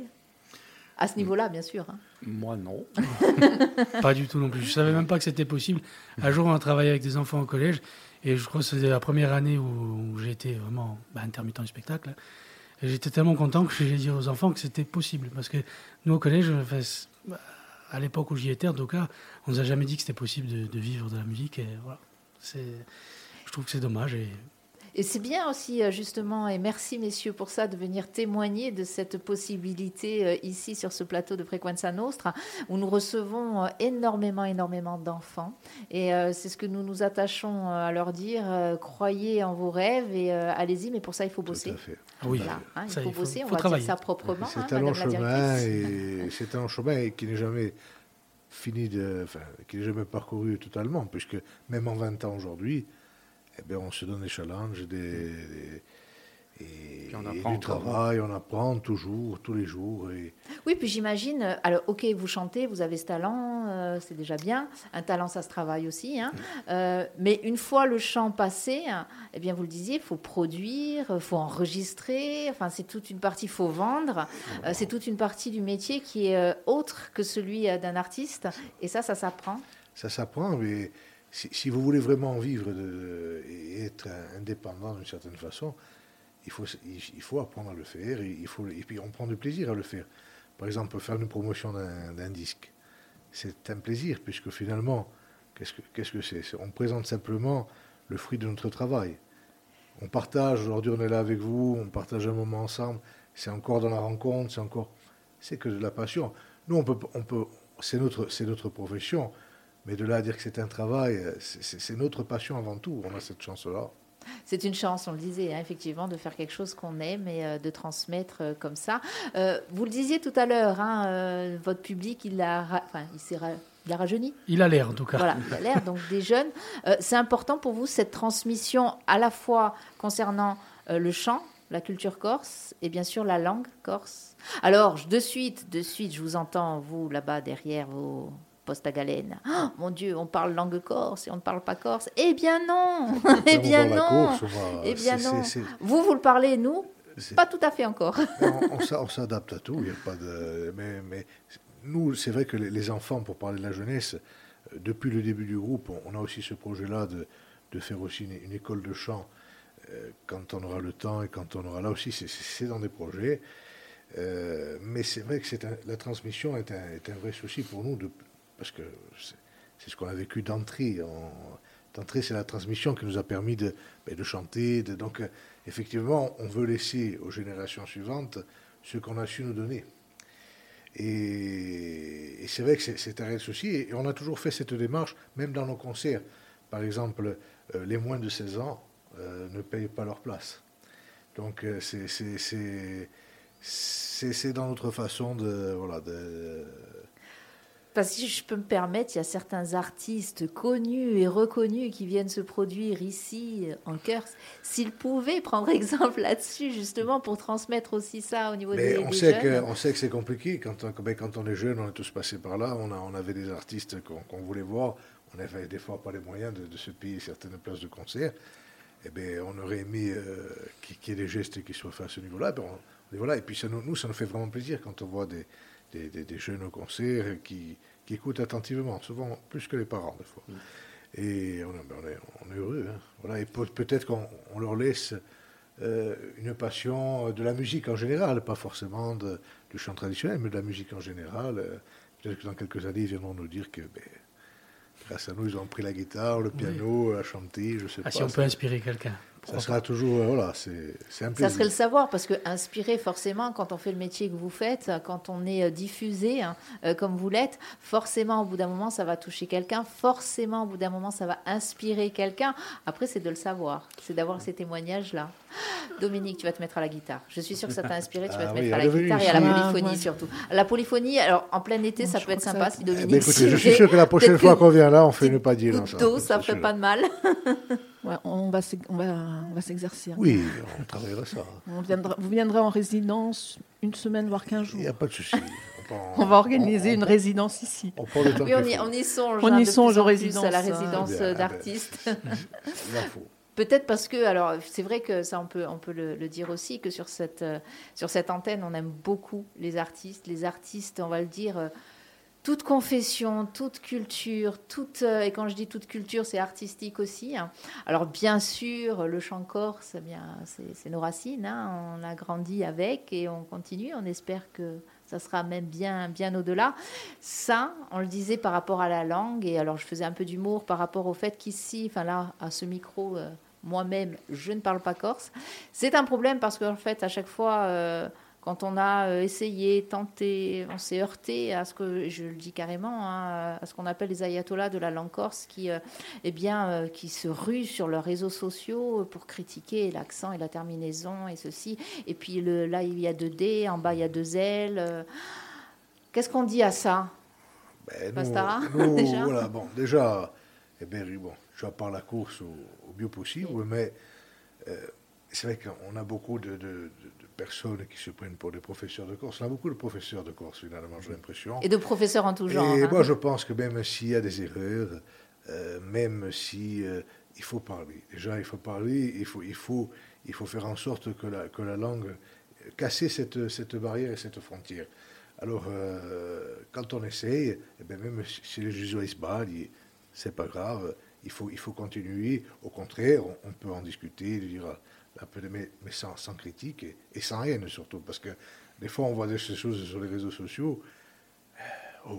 À ce niveau-là, bien sûr. Hein. Moi, non. Pas du tout non plus. Je ne savais même pas que c'était possible. Un jour, on a travaillé avec des enfants au collège. Et je crois que c'était la première année où, où j'ai été vraiment bah, intermittent du spectacle. Et j'étais tellement content que j'ai dit aux enfants que c'était possible. Parce que nous, au collège, enfin, à l'époque où j'y étais, en tout cas, on ne nous a jamais dit que c'était possible de, de vivre de la musique. Et voilà. C'est, je trouve que c'est dommage. Et... Et c'est bien aussi, justement, et merci messieurs pour ça, de venir témoigner de cette possibilité ici sur ce plateau de Frequenza Nostra, où nous recevons énormément, énormément d'enfants. Et c'est ce que nous nous attachons à leur dire, croyez en vos rêves et allez-y, mais pour ça, il faut bosser. Tout à fait. Ah oui, voilà, hein, il ça, faut, il faut bosser, faut on va travailler. dire ça proprement. C'est hein, un long Madame chemin, et c'est un long chemin qui n'est jamais fini, de, enfin, qui n'est jamais parcouru totalement, puisque même en vingt ans aujourd'hui, eh bien, on se donne des challenges, des, des, et, on et apprend du travail, on apprend toujours, tous les jours. Et... Oui, puis j'imagine, alors ok, vous chantez, vous avez ce talent, euh, c'est déjà bien. Un talent, ça se travaille aussi. Hein. Euh, mais une fois le chant passé, eh bien, vous le disiez, il faut produire, il faut enregistrer, enfin, c'est toute une partie, il faut vendre. Euh, c'est toute une partie du métier qui est euh, autre que celui d'un artiste. Et ça, ça s'apprend. Ça s'apprend, mais si, si vous voulez vraiment vivre de, et être indépendant d'une certaine façon, Il faut, il faut apprendre à le faire, et, il faut, et puis on prend du plaisir à le faire. Par exemple, faire une promotion d'un, d'un disque. c'est un plaisir, puisque finalement, qu'est-ce que, qu'est-ce que c'est, c'est on présente simplement le fruit de notre travail. On partage, aujourd'hui on est là avec vous, on partage un moment ensemble, c'est encore dans la rencontre, c'est encore, c'est que de la passion. Nous, on peut, on peut, c'est notre, c'est notre profession, mais de là à dire que c'est un travail, c'est, c'est, c'est notre passion avant tout, on a cette chance-là. C'est une chance, on le disait, hein, effectivement, de faire quelque chose qu'on aime et euh, de transmettre euh, comme ça. Euh, vous le disiez tout à l'heure, hein, euh, votre public, il a, ra- enfin, il s'est ra- il a rajeuni. Il a l'air, en tout cas. Voilà, il a l'air, donc des jeunes. Euh, c'est important pour vous, cette transmission, à la fois concernant euh, le chant, la culture corse et bien sûr la langue corse. Alors, de suite, de suite, je vous entends, vous, là-bas, derrière vos postes à galène. Oh, mon Dieu, on parle langue corse et on ne parle pas corse. Eh bien non. Eh bien Dans la non. course, on va- Eh bien c'est- non. c'est- c'est- Vous, vous le parlez, nous, c'est- pas tout à fait encore. on, on s'a- on s'adapte à tout, il n'y a pas de. Mais, mais nous, c'est vrai que les, les enfants, pour parler de la jeunesse, euh, depuis le début du groupe, on, on a aussi ce projet-là de, de faire aussi une, une école de chant euh, quand on aura le temps et quand on aura là aussi, c'est, c'est dans des projets. Euh, mais c'est vrai que c'est un- la transmission est un, est un vrai souci pour nous, de, parce que c'est, c'est ce qu'on a vécu d'entrée. On- D'entrée, c'est la transmission qui nous a permis de, ben, de chanter. De, donc, euh, effectivement, on veut laisser aux générations suivantes ce qu'on a su nous donner. Et, et c'est vrai que c'est, c'est un réel souci. Et on a toujours fait cette démarche, même dans nos concerts. Par exemple, euh, les moins de seize ans euh, ne payent pas leur place. Donc, euh, c'est, c'est, c'est, c'est, c'est dans notre façon de... Voilà, de Parce que si je peux me permettre, il y a certains artistes connus et reconnus qui viennent se produire ici, en Corse. S'ils pouvaient prendre exemple là-dessus, justement, pour transmettre aussi ça au niveau Mais des, on, des sait jeunes. que, on sait que c'est compliqué. Quand on, ben, quand on est jeune, on est tous passés par là. On, a, on avait des artistes qu'on, qu'on voulait voir. On n'avait des fois pas les moyens de, de se payer certaines places de concert. Eh bien, on aurait aimé euh, qu'il, qu'il y ait des gestes qui soient faits à ce niveau-là. Ben, on, et, voilà. Et puis, ça nous, nous, ça nous fait vraiment plaisir quand on voit des, des, des, des jeunes au concert qui, qui écoutent attentivement, souvent plus que les parents, des fois. Mm. Et on, ben, on, est, on est heureux. Hein. Voilà. Et peut, peut-être qu'on on leur laisse euh, une passion de la musique en général, pas forcément de, du chant traditionnel, mais de la musique en général. Euh, peut-être que dans quelques années, ils viendront nous dire que... Ben, grâce à nous, ils ont pris la guitare, le piano, oui. à chanter, je sais ah, pas. Si on peut inspirer quelqu'un. Ça sera toujours, euh, voilà, c'est, c'est un plaisir. Ça serait le savoir, parce que inspirer, forcément, quand on fait le métier que vous faites, quand on est diffusé, hein, euh, comme vous l'êtes, forcément, au bout d'un moment, ça va toucher quelqu'un, forcément, au bout d'un moment, ça va inspirer quelqu'un. Après, c'est de le savoir, c'est d'avoir ces témoignages-là. Dominique, tu vas te mettre à la guitare. Je suis sûre que ça t'a inspiré, tu vas ah te oui, mettre à la guitare et à la polyphonie, ah, ouais. surtout. La polyphonie, alors, en plein été, ça peut être sympa, si Dominique... Eh ben, écoutez, je suis sûr que la prochaine fois qu'on vient là, on fait une padille. Goutte d'eau, ça ferait pas de mal. Ouais, on, va on, va, on va s'exercer. Oui, on travaillera ça. On viendra, vous viendrez en résidence une semaine, voire quinze jours. Il n'y a pas de souci. On, on va organiser on, une on, résidence ici. On prend le temps oui, on y, on y songe. On hein, y songe aux résidences. À la hein. résidence bien, d'artistes. Il en faut. Peut-être parce que, alors c'est vrai que ça on peut, on peut le, le dire aussi, que sur cette, euh, sur cette antenne, on aime beaucoup les artistes. Les artistes, on va le dire, euh, toute confession, toute culture, toute, euh, et quand je dis toute culture, c'est artistique aussi. Hein. Alors bien sûr, le chant corse, eh bien, c'est, c'est nos racines, hein, on a grandi avec et on continue, on espère que ça sera même bien, bien au-delà. Ça, on le disait par rapport à la langue, et alors je faisais un peu d'humour par rapport au fait qu'ici, enfin là, à ce micro... Euh, moi-même, je ne parle pas corse. C'est un problème parce qu'en fait, à chaque fois, euh, quand on a essayé, tenté, on s'est heurté à ce que, je le dis carrément, hein, à ce qu'on appelle les ayatollahs de la langue corse qui, euh, eh bien, euh, qui se ruent sur leurs réseaux sociaux pour critiquer l'accent et la terminaison et ceci. Et puis le, là, il y a deux D, en bas, il y a deux L. Euh, qu'est-ce qu'on dit à ça, ben, Pastara, nous, nous, déjà voilà, bon, déjà, eh bien, bon, je vais par la course au, au mieux possible, oui. mais euh, c'est vrai qu'on a beaucoup de, de, de, de personnes qui se prennent pour des professeurs de Corse. On a beaucoup de professeurs de Corse, finalement, j'ai l'impression. Et de professeurs en tout genre. Et hein. moi, je pense que même s'il y a des erreurs, euh, même si euh, il faut parler, déjà, il faut parler, il faut, il faut, il faut faire en sorte que la, que la langue, casser cette, cette barrière et cette frontière. Alors, euh, quand on essaye, eh bien, même si les Jésuites se baillent, c'est pas grave. Il faut, il faut continuer. Au contraire, on, on peut en discuter, dire, mais, mais sans, sans critique et, et sans haine surtout. Parce que des fois, on voit des choses sur les réseaux sociaux. Oh.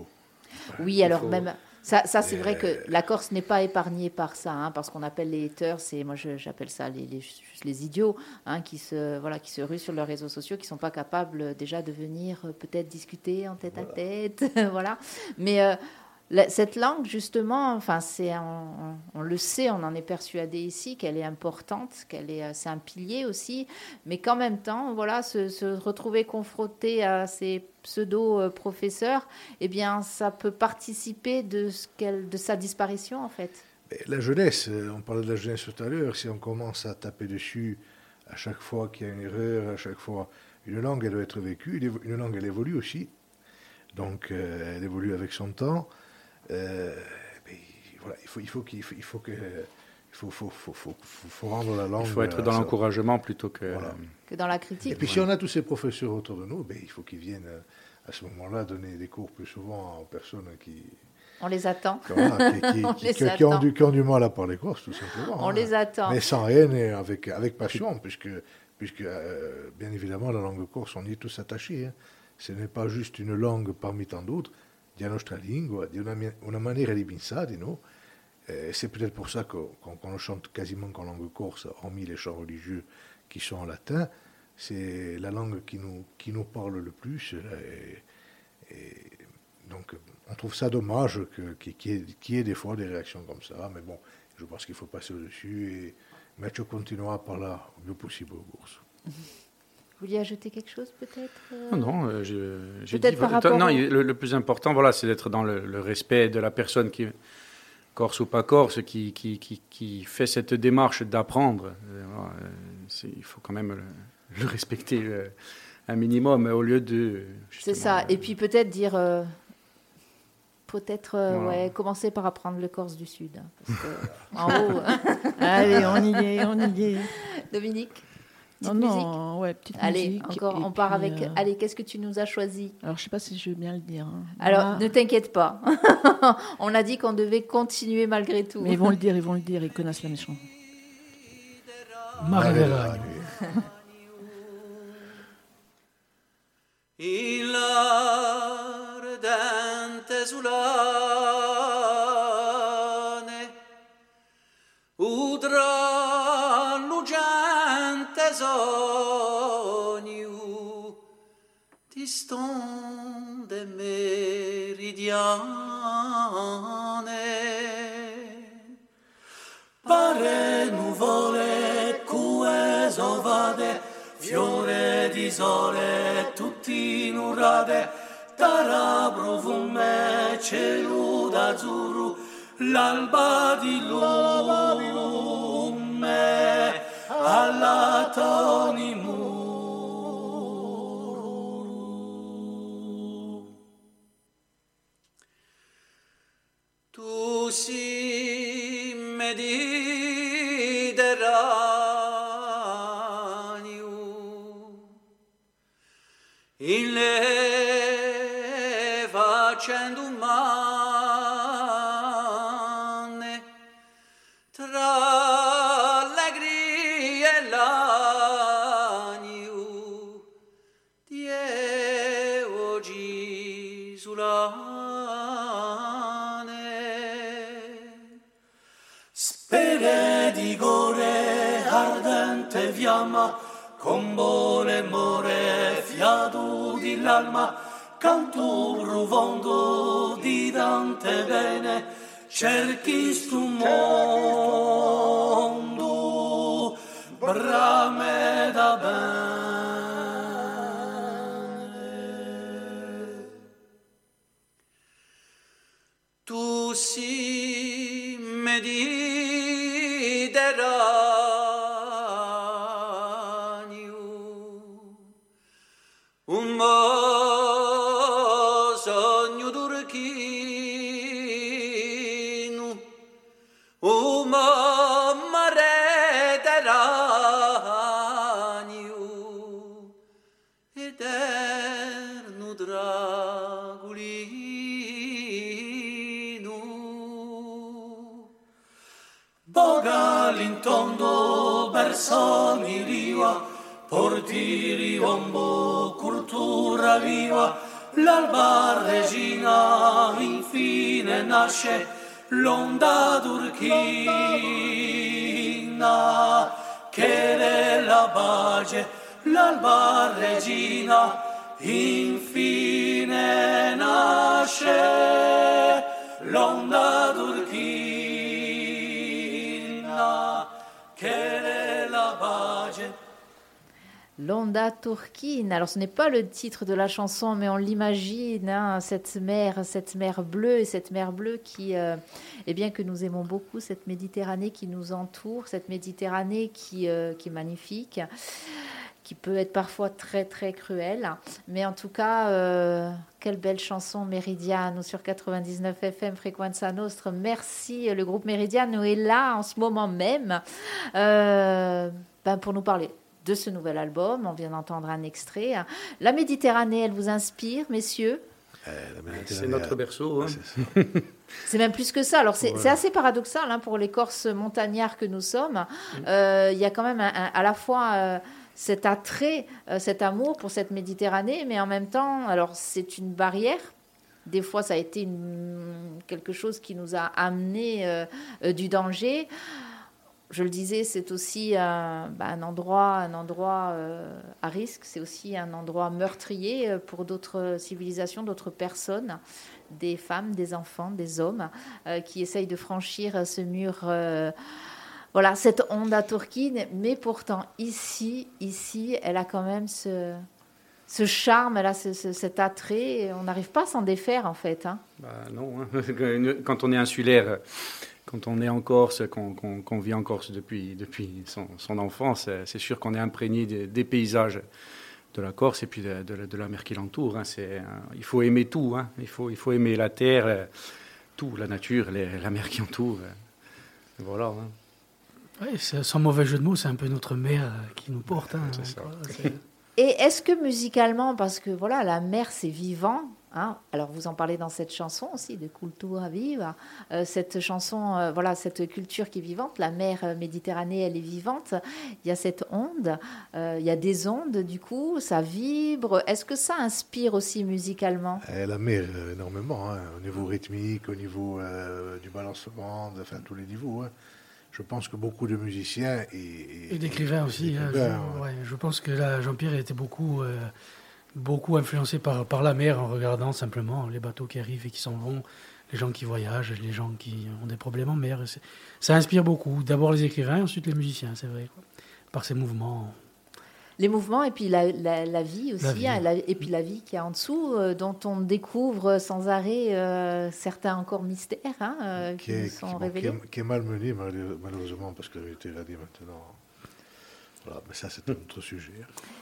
Oui, alors faut- même ça, ça c'est Et, vrai euh, que la Corse n'est pas épargnée par ça, hein, parce qu'on appelle les haters, c'est moi je- j'appelle ça les, les, juste les idiots, hein, qui se voilà, qui se ruent sur leurs réseaux sociaux, qui sont pas capables euh, déjà de venir euh, peut-être discuter en tête à tête, voilà. Mais euh, la- cette langue justement, enfin c'est on, on le sait, on en est persuadé ici qu'elle est importante, qu'elle est euh, c'est un pilier aussi, mais qu'en même temps, voilà, se, se retrouver confronté à ces pseudo-professeurs, eh bien, ça peut participer de, ce qu'elle, de sa disparition, en fait. Mais la jeunesse, euh, on parlait de la jeunesse tout à l'heure, si on commence à taper dessus à chaque fois qu'il y a une erreur, à chaque fois, une langue, elle doit être vécue, une évo- une langue, elle évolue aussi, donc euh, elle évolue avec son temps. Euh, mais voilà, il faut, il faut qu'il faut, il faut que, il faut, faut, faut, faut, faut- faut rendre la langue. Il faut être euh, dans ça- l'encouragement plutôt que... Voilà. Que dans la Et critique. puis si on a tous ces professeurs autour de nous, ben, il faut qu'ils viennent euh, à ce moment-là donner des cours plus souvent aux personnes qui, On les attend. voilà, qui, qui- On qui- les qui- qui ont attend. du, qui ont du mal à parler corse, tout simplement. On hein. les attend. Mais sans haine et avec, avec passion, puisque, puisque euh, bien évidemment, la langue corse, on y est tous attachés. Hein. Ce n'est pas juste une langue parmi tant d'autres. Di nostra lingua, di una, mi- una maniera di pensare, no? Eh, c'est peut-être pour ça qu'on qu'on- qu'on chante quasiment qu'en langue corse, hormis les chants religieux qui sont en latin. C'est la langue qui nous, qui nous parle le plus. Et, et donc, on trouve ça dommage que- qu'il qu'il y, ait- qu'il y ait des fois des réactions comme ça. Mais bon, je pense qu'il faut passer au-dessus. Et Mathieu continuera par là au mieux possible aux bourses. Vous vouliez ajouter quelque chose, peut-être euh Non, non, euh, je- j'ai Peut-être dit... par voilà, rapport non, au- il- le, le plus important, voilà, c'est d'être dans le, le respect de la personne qui... Corse ou pas corse, qui, qui, qui, qui fait cette démarche d'apprendre. Euh, voilà, euh, c'est- il faut quand même le, le respecter euh, un minimum au lieu de... C'est justement, ça. euh, Et puis peut-être dire... euh, Peut-être euh, Voilà. ouais, commencer par apprendre le Corse du Sud. hein, parce que, en haut, Allez, on y est, on y est. Dominique, Non, petite musique. non, ouais, petite Allez, musique. encore, et on part puis, avec... euh, Allez, qu'est-ce que tu nous as choisi? Alors, je sais pas si je veux bien le dire. hein. Alors, Moi- ne t'inquiète pas. On a dit qu'on devait continuer malgré tout. Mais ils vont le dire, ils vont le dire, ils connaissent la méchante. Marie Allez, Verlaine. allez. Il ardente sulane udra lucente sogno distonde meridiane pare nuvole cue sovade fiore di sole tutti nurade tara profume cielo d'azzurro l'alba di lume alla tonimuru tu si mediteraneo in le facendo umane tra allegria e l'agno di oggi sulane spere di gore ardente fiamma con buone more fiato di l'alma canto profondo di tante bene cerchi stu mondo brame da bene tu si mediteraneo un mo sogno turchino un mo mare teraneo eterno dragulino boga l'intondo bersoni riva porti riombo cultura viva l'alba regina, infine nasce l'onda turchina, che nella pace l'alba regina, infine nasce l'onda turchina, che nella pace. L'onda turchine. Alors, ce n'est pas le titre de la chanson, mais on l'imagine, hein, cette mer, cette mer bleue, et cette mer bleue qui, euh, eh bien, que nous aimons beaucoup, cette Méditerranée qui nous entoure, cette Méditerranée qui, euh, qui est magnifique, qui peut être parfois très, très cruelle. Mais en tout cas, euh, quelle belle chanson, Meridiano, sur quatre-vingt-dix-neuf F M, Frequenza Nostra. Merci, le groupe Meridiano est là en ce moment même euh, ben, pour nous parler de ce nouvel album. On vient d'entendre un extrait. La Méditerranée, elle vous inspire, messieurs? Eh, la Méditerranée, C'est notre berceau. Hein. c'est ça. C'est même plus que ça. Alors, c'est Ouais. c'est assez paradoxal hein, pour les Corses montagnards que nous sommes. Euh, Il y a quand même un- un- à la fois euh, cet attrait, euh, cet amour pour cette Méditerranée, mais en même temps, alors c'est une barrière. Des fois, ça a été une- quelque chose qui nous a amené euh, euh, du danger. Je le disais, c'est aussi un, bah, un endroit, un endroit euh, à risque. C'est aussi un endroit meurtrier euh, pour d'autres civilisations, d'autres personnes, des femmes, des enfants, des hommes euh, qui essayent de franchir ce mur. euh, voilà, cette onda turquine. Mais pourtant, ici, ici, elle a quand même ce, ce charme, elle a ce- ce- cet attrait. Et on n'arrive pas à s'en défaire, en fait. Hein. Bah, non, hein. Quand on est insulaire, quand on est en Corse, qu'on qu'on- qu'on vit en Corse depuis, depuis son, son enfance, c'est sûr qu'on est imprégné des, des paysages de la Corse et puis de, de la- de la mer qui l'entoure. Hein. C'est, euh, il faut aimer tout. Hein. Il faut, il faut aimer la terre, euh, tout, la nature, les- la mer qui entoure. euh. Voilà. Hein. Ouais, c'est- sans mauvais jeu de mots, c'est un peu notre mère euh, qui nous porte. Hein. C'est ça. Voilà, c'est- Et est-ce que musicalement, parce que voilà, la mer c'est vivant, hein, alors vous en parlez dans cette chanson aussi de Cultura Viva, euh, cette chanson, euh, voilà, cette culture qui est vivante, la mer euh, Méditerranée elle est vivante, il y a cette onde, euh, il y a des ondes du coup, ça vibre, est-ce que ça inspire aussi musicalement? Eh, la mer, euh, énormément, hein, au niveau rythmique, au niveau euh, du balancement, enfin tous les niveaux. Hein. Je pense que beaucoup de musiciens et, et- Et d'écrivains aussi. hein. d'écrivains, je, ouais. ouais, je pense que là, Jean-Pierre était beaucoup, euh, beaucoup influencé par, par la mer en regardant simplement les bateaux qui arrivent et qui s'en vont, les gens qui voyagent, les gens qui ont des problèmes en mer. C'est- Ça inspire beaucoup. D'abord les écrivains, ensuite les musiciens, c'est vrai. Quoi. Par ces mouvements. Les mouvements et puis la, la- la vie aussi, La vie. hein, la- et puis la vie qui est en dessous, euh, dont on découvre sans arrêt euh, certains encore mystères hein, euh, qui, qui, nous est, sont qui- bon, qui révélés. est- qui est malmené malheure- malheureusement parce que la Méditerranée maintenant. Voilà, mais ça c'est un autre sujet.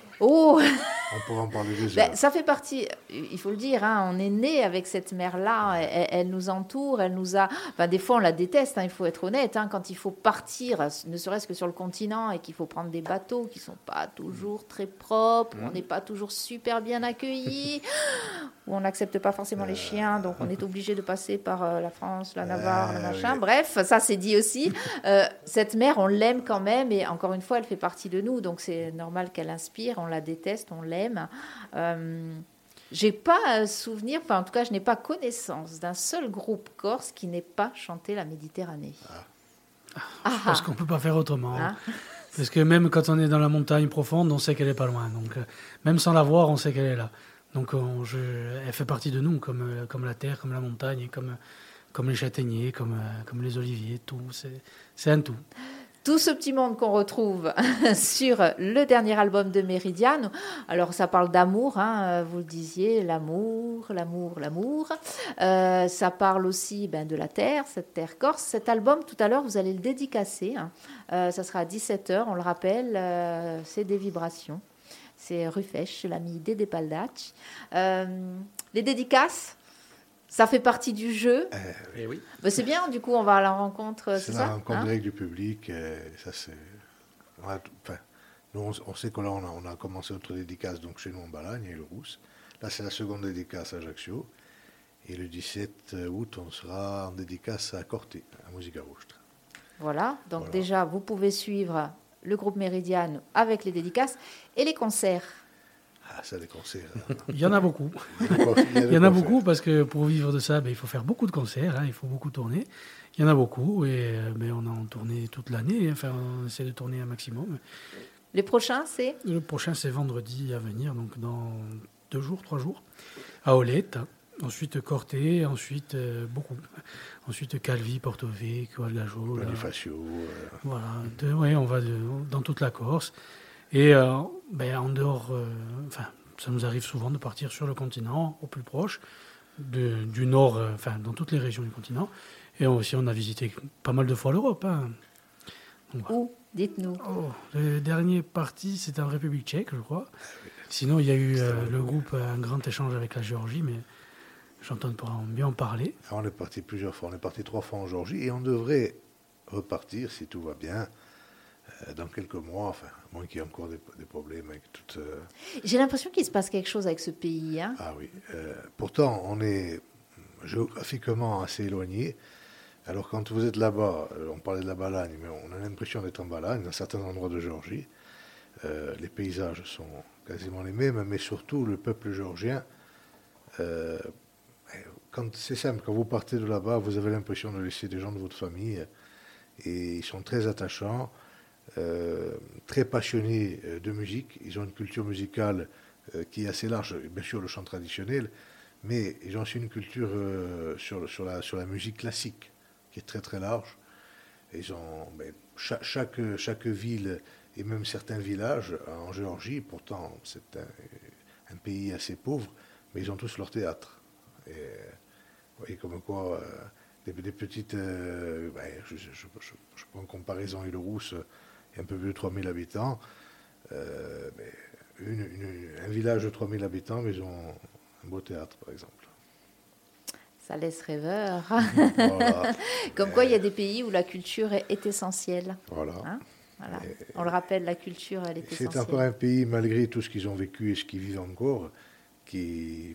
Oh, On pourra en parler des ben, heures. ça fait partie, il faut le dire, hein, on est né avec cette mer-là, elle, elle nous entoure, elle nous a... Enfin, des fois, on la déteste, hein, il faut être honnête, hein, quand il faut partir, ne serait-ce que sur le continent, et qu'il faut prendre des bateaux qui ne sont pas toujours très propres, où on n'est pas toujours super bien accueillis, où on n'accepte pas forcément les chiens, donc on est obligé de passer par euh, la France, la Navarre, le Euh, machin. oui. Bref, ça c'est dit aussi. Euh, cette mer, on l'aime quand même, et encore une fois, elle fait partie de nous, donc c'est normal qu'elle inspire, on la déteste, on l'aime. Euh, j'ai pas euh, souvenir, enfin en tout cas, je n'ai pas connaissance d'un seul groupe corse qui n'ait pas chanté la Méditerranée. Ah, Parce qu'on ne peut pas faire autrement. Hein. Parce que même quand on est dans la montagne profonde, on sait qu'elle n'est pas loin. Donc, euh, même sans la voir, on sait qu'elle est là. Donc on- je, elle fait partie de nous, comme, euh, comme la terre, comme la montagne, comme, comme les châtaigniers, comme, euh, comme les oliviers, tout. C'est, c'est un tout. Tout ce petit monde qu'on retrouve sur le dernier album de Meridiano. Alors, ça parle d'amour, hein, vous le disiez, l'amour, l'amour, l'amour. Euh, ça parle aussi ben, de la terre, cette terre corse. Cet album, tout à l'heure, vous allez le dédicacer. Hein. Euh, ça sera à dix-sept heures, on le rappelle, euh, c'est des vibrations. C'est Rufèche, l'ami Dédé Paldacci. Euh, les dédicaces, ça fait partie du jeu. Et oui. Ben, c'est bien, du coup, on va à la rencontre, c'est, C'est ça la rencontre hein directe du public. Et ça, c'est... on a tout- enfin, nous, on, on sait que là, on a, on a commencé notre dédicace donc, chez nous en Balagne, et le Rousse. Là, c'est la seconde dédicace à Ajaccio. Et le dix-sept août, on sera en dédicace à Corté, à Musica Rustra. Voilà, donc Voilà. déjà, vous pouvez suivre le groupe Meridiano avec les dédicaces et les concerts. Ah, ça, les concerts. Il y en a beaucoup. Il y en a beaucoup parce que pour vivre de ça, ben, il faut faire beaucoup de concerts, hein, il faut beaucoup tourner. Il y en a beaucoup et ben, on est en tournée toute l'année. Enfin, on essaie de tourner un maximum. Les prochains, c'est Le prochain, c'est vendredi à venir, donc dans deux jours, trois jours, à Olette. Ensuite Corté, ensuite euh, beaucoup. Ensuite Calvi, Porto Vecchio, Algajo. Bonifacio. Euh... Voilà, de, ouais, on va de, dans toute la Corse. Et euh, ben, en dehors, euh, enfin, ça nous arrive souvent de partir sur le continent, au plus proche, de, du nord, euh, enfin, dans toutes les régions du continent. Et aussi, on a visité pas mal de fois l'Europe. Hein. Donc, voilà. Où? Dites-nous. Oh, le dernier parti, c'était en République tchèque, je crois. Sinon, il y a eu euh, le groupe, un grand échange avec la Géorgie, mais j'entends bien en parler. On est parti plusieurs fois. On est parti trois fois en Géorgie et on devrait repartir, si tout va bien, euh, dans quelques mois, enfin, à moins qu'il y ait encore des, des problèmes avec toute... Euh... J'ai l'impression qu'il se passe quelque chose avec ce pays. Hein. Ah oui. Euh, pourtant, on est géographiquement assez éloigné. Alors, quand vous êtes là-bas, on parlait de la Balagne, mais on a l'impression d'être en Balagne, dans certains endroits de Géorgie. Euh, les paysages sont quasiment les mêmes, mais surtout, le peuple géorgien... Euh, Quand, c'est simple, quand vous partez de là-bas, vous avez l'impression de laisser des gens de votre famille et ils sont très attachants, euh, très passionnés de musique. Ils ont une culture musicale euh, qui est assez large, bien sûr le chant traditionnel, mais ils ont aussi une culture euh, sur, sur, la, sur la musique classique qui est très très large. Ils ont, ben, chaque, chaque, chaque ville et même certains villages en Géorgie, pourtant c'est un, un pays assez pauvre, mais ils ont tous leur théâtre. Et, vous voyez, comme quoi, euh, des, des petites... Euh, ben, je, je, je, je, je prends en comparaison Île-Rousse, il y a un peu plus de trois mille habitants. Euh, ben, une, une, un village de trois mille habitants, mais ils ont un beau théâtre, par exemple. Ça laisse rêveur. Voilà. Comme quoi, il y a des pays où la culture est, est essentielle. Voilà. Hein voilà. On le rappelle, la culture, elle est c'est essentielle. C'est encore un pays, malgré tout ce qu'ils ont vécu et ce qu'ils vivent encore, qui...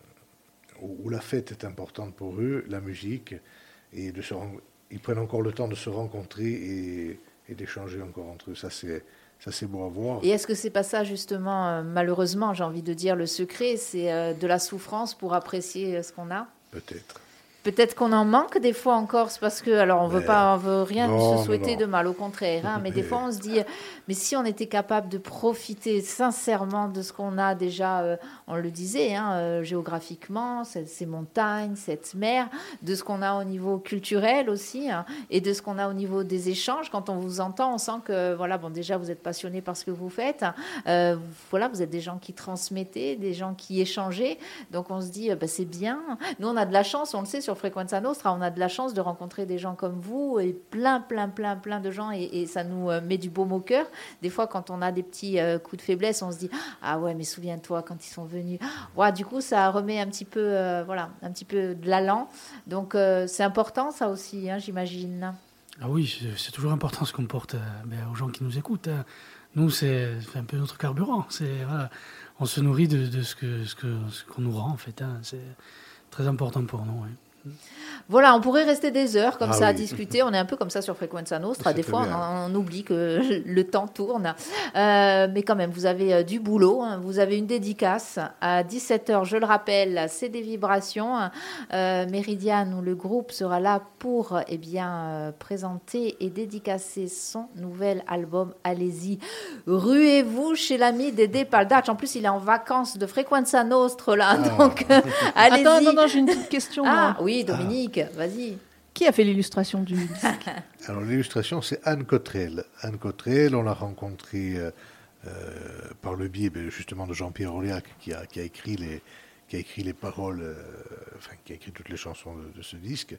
où la fête est importante pour eux, la musique, et de se rend... ils prennent encore le temps de se rencontrer et, et d'échanger encore entre eux. Ça, c'est, ça, c'est beau à voir. Et est-ce que c'est pas ça, justement, euh, malheureusement, j'ai envie de dire, le secret, c'est euh, de la souffrance pour apprécier euh, ce qu'on a? Peut-être. Peut-être qu'on en manque des fois en Corse, parce que, alors on veut pas, on veut rien non, se souhaiter non, non. de mal, au contraire, hein, mais des fois on se dit, mais si on était capable de profiter sincèrement de ce qu'on a déjà, euh, on le disait, hein, euh, géographiquement, ces, ces montagnes, cette mer, de ce qu'on a au niveau culturel aussi, hein, et de ce qu'on a au niveau des échanges. Quand on vous entend, on sent que, voilà, bon, déjà vous êtes passionné par ce que vous faites, euh, voilà, vous êtes des gens qui transmettez, des gens qui échangez, donc on se dit, euh, bah, c'est bien. Nous on a de la chance, on le sait, sur Frequenza Nostra, on a de la chance de rencontrer des gens comme vous et plein, plein, plein, plein de gens et, et ça nous met du baume au cœur. Des fois, quand on a des petits euh, coups de faiblesse, on se dit « Ah ouais, mais souviens-toi quand ils sont venus. » Ouais, du coup, ça remet un petit peu, euh, voilà, un petit peu de l'allant. Donc, euh, c'est important, ça aussi, hein, j'imagine. Ah oui, c'est, c'est toujours important ce qu'on porte euh, ben, aux gens qui nous écoutent. Hein. Nous, c'est, c'est un peu notre carburant. C'est, voilà, on se nourrit de, de ce, que, ce, que, ce qu'on nous rend, en fait. Hein. C'est très important pour nous, oui. Voilà, on pourrait rester des heures comme ah ça oui. à discuter. On est un peu comme ça sur Frequenza Nostra. C'est des fois, on, on oublie que le temps tourne. Euh, mais quand même, vous avez euh, du boulot. Hein. Vous avez une dédicace à dix-sept heures. Je le rappelle, c'est des vibrations. Euh, Méridiane, où le groupe sera là pour eh bien, euh, présenter et dédicacer son nouvel album. Allez-y, ruez-vous chez l'ami Dédé Paldatch. En plus, il est en vacances de Frequenza Nostra là. Ah. Donc, euh, allez-y. Attends, attends, attends, j'ai une petite question. Ah moi. oui, Dominique, ah. vas-y. Qui a fait l'illustration du disque? Alors, l'illustration, c'est Anne Cottrell. Anne Cottrell, on l'a rencontrée euh, euh, par le biais ben, justement de Jean-Pierre Orliac, qui a, qui a écrit les, qui a écrit les paroles, euh, enfin, qui a écrit toutes les chansons de, de ce disque.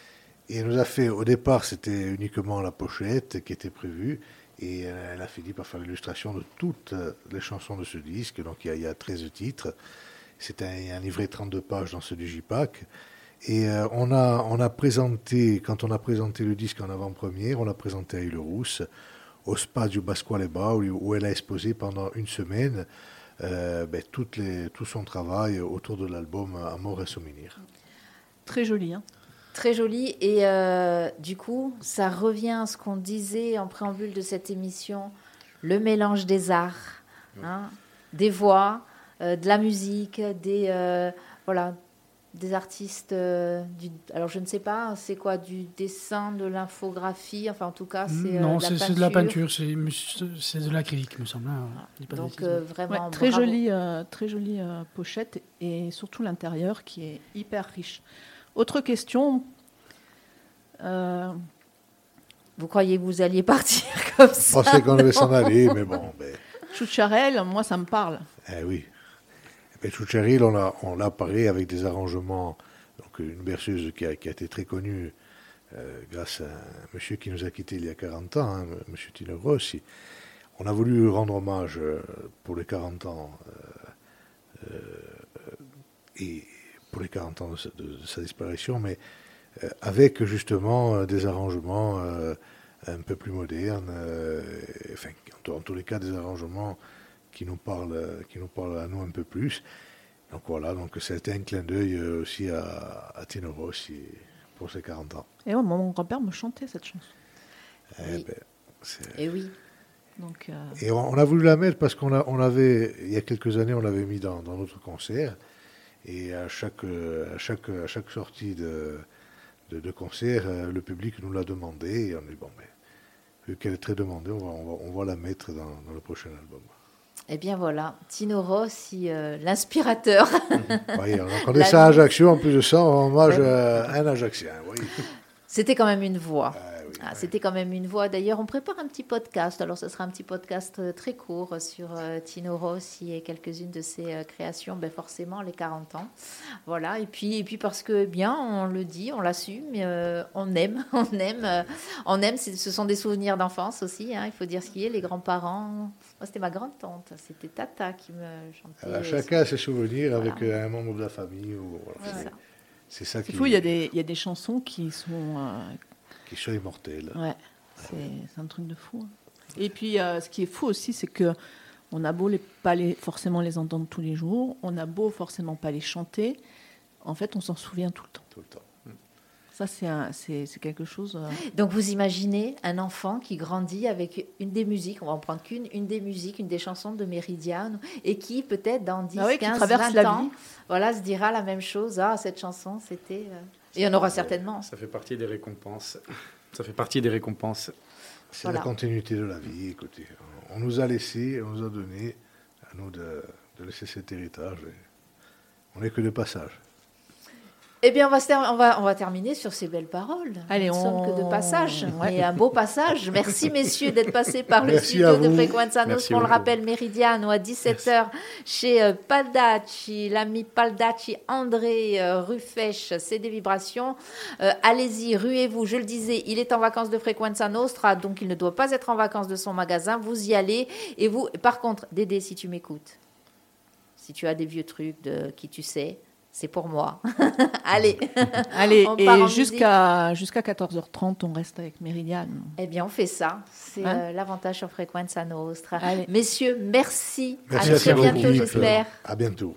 Et elle nous a fait, au départ, c'était uniquement la pochette qui était prévue, et elle a fini par faire l'illustration de toutes les chansons de ce disque. Donc, il y a, il y a treize titres. C'est un, un livret de trente-deux pages dans ce Digipack. Et euh, on, a, on a présenté, quand on a présenté le disque en avant-première, on l'a présenté à Île-Rousse, au Spazio Pasquale-Ba, où, où elle a exposé pendant une semaine euh, ben, toutes les, tout son travail autour de l'album Amor et Souvenir. Très joli, hein. Très joli. Et euh, du coup, ça revient à ce qu'on disait en préambule de cette émission, le mélange des arts, hein, des voix, euh, de la musique, des, euh, voilà, des artistes. euh, du, alors, je ne sais pas, c'est quoi, du dessin, de l'infographie, enfin, en tout cas, c'est euh, Non, de la c'est c'est de la peinture, c'est c'est de l'acrylique, me semble. Hein. Je dis pas de Donc, bêtises. euh, vraiment, Ouais, très bravo. jolie, euh, très jolie euh, pochette et surtout l'intérieur qui est hyper riche. Autre question. euh, Vous croyez que vous alliez partir comme Je ça? pensais qu'on devait s'en aller, mais bon. Ben, Choucharel, moi ça me parle. eh oui. Et Choucharil, on l'a on l'a paré avec des arrangements. Donc, une berceuse qui a, qui a été très connue euh, grâce à un monsieur qui nous a quittés il y a quarante ans, hein, monsieur Tino Rossi. On a voulu lui rendre hommage euh, pour les quarante ans euh, euh, et pour les quarante ans de sa, de sa disparition, mais euh, avec justement euh, des arrangements euh, un peu plus modernes, euh, enfin, en, en tous les cas des arrangements qui nous parlent, euh, qui nous parlent à nous un peu plus. Donc voilà, donc c'était un clin d'œil euh, aussi à, à Tino Rossi pour ses quarante ans. Et ouais, moi, mon grand-père me chantait cette chanson. Eh Oui. ben, c'est- Et oui. Donc, euh, Et on, on a voulu la mettre parce qu'on a, on avait, il y a quelques années, on l'avait mis dans, dans notre concert. Et à chaque, euh, à chaque, à chaque sortie de, de, de concert, euh, le public nous l'a demandé. Et on a dit, bon, mais, vu qu'elle est très demandée, on va, on va, on va la mettre dans, dans le prochain album. Eh bien voilà, Tino Rossi, euh, l'inspirateur. Voyez, on connaît La ça à nuit. Ajaccio, en plus de ça, on hommage Ouais. euh, à un Ajaxien. Oui. C'était quand même une voix. Ah, oui, Ah, ouais. C'était quand même une voix. D'ailleurs, on prépare un petit podcast. Alors, ce sera un petit podcast euh, très court sur euh, Tino Rossi et quelques-unes de ses euh, créations. Ben, forcément, les quarante ans. Voilà. Et puis, et puis parce que, bien, on le dit, on l'assume, mais euh, on aime, on aime, euh, on aime. C'est- Ce sont des souvenirs d'enfance aussi. Hein, il faut dire ce qui est. Les grands-parents. Moi, c'était ma grande-tante. C'était Tata qui me chantait. Alors, chacun a ses souvenirs avec Voilà. euh, un membre de la famille. Ou, voilà. C'est C'est- ça. C'est ça c'est qui, fou, il y, a des, il y a des chansons qui sont. euh, qui sont immortels. ouais, c'est c'est un truc de fou. hein. Et puis, euh, ce qui est fou aussi, c'est que on a beau les, pas les, forcément les entendre tous les jours, on a beau forcément pas les chanter, en fait, on s'en souvient tout le temps. Tout le temps. Ça, c'est un- c'est c'est quelque chose. euh, Donc vous imaginez un enfant qui grandit avec une des musiques, on va en prendre qu'une, une des musiques, une des chansons de Méridiane, et qui peut-être dans dix, Ah oui, qui quinze, traverse vingt la ans, vie. voilà, se dira la même chose. Ah, cette chanson, c'était... euh, Et il y en aura certainement. Ça fait partie des récompenses. Ça fait partie des récompenses. C'est Voilà. la continuité de la vie. Écoutez, on nous a laissé, on nous a donné à nous de, de laisser cet héritage. Et on n'est que de passage. Eh bien, on va, se ter- on, va, on va terminer sur ces belles paroles. Allez, Nous ne sommes que de on- passage. Ouais. Et un beau passage. Merci, messieurs, d'être passés par le Merci studio à de vous. Frequenza Nostra. Merci On le beaucoup. rappelle, Méridiano à dix-sept heures chez euh, Paldacci, l'ami Paldacci, André euh, Ruffèche, c'est des vibrations. Euh, allez-y, ruez-vous. Je le disais, il est en vacances de Frequenza Nostra, donc il ne doit pas être en vacances de son magasin. Vous y allez. Et vous, par contre, Dédé, si tu m'écoutes, si tu as des vieux trucs de qui tu sais, c'est pour moi. Allez. Allez, On part en et musique. jusqu'à jusqu'à quatorze heures trente, on reste avec Méridiane. Eh bien, on fait ça. C'est Hein euh, l'avantage sur Frequenza Nostra. Allez. Messieurs, merci. Merci à à très vous, bientôt, équipe. j'espère. À bientôt.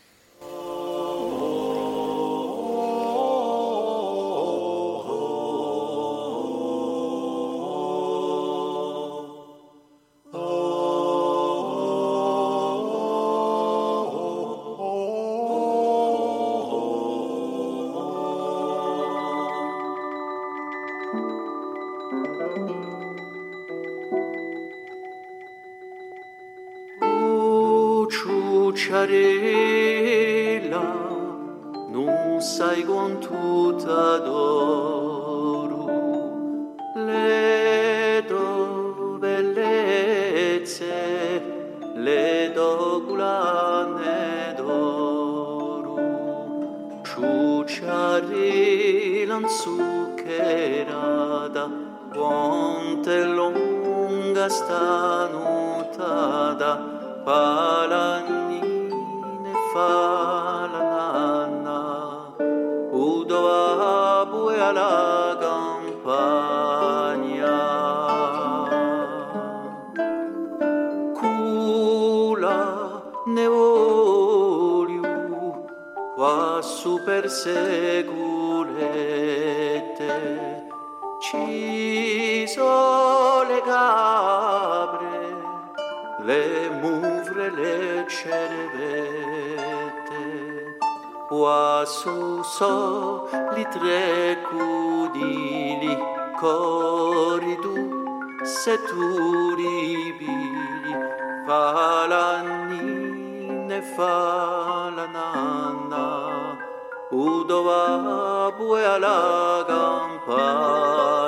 Oh, ciucciarella, non sai quanto t'adoro. Le tue bellezze, le tue collane d'oro. Ciucciarella inzuccherata, quanto è lunga sta notata. Palanine fa la nanna, udova bue alla campagna. Cula ne voglio, qua su per securete, ci sono le capre, le muvre le cervette, qua su so li tre cudili corridu, se tu ribili, fa la nina e fa la nanna, udova bue alla campagna.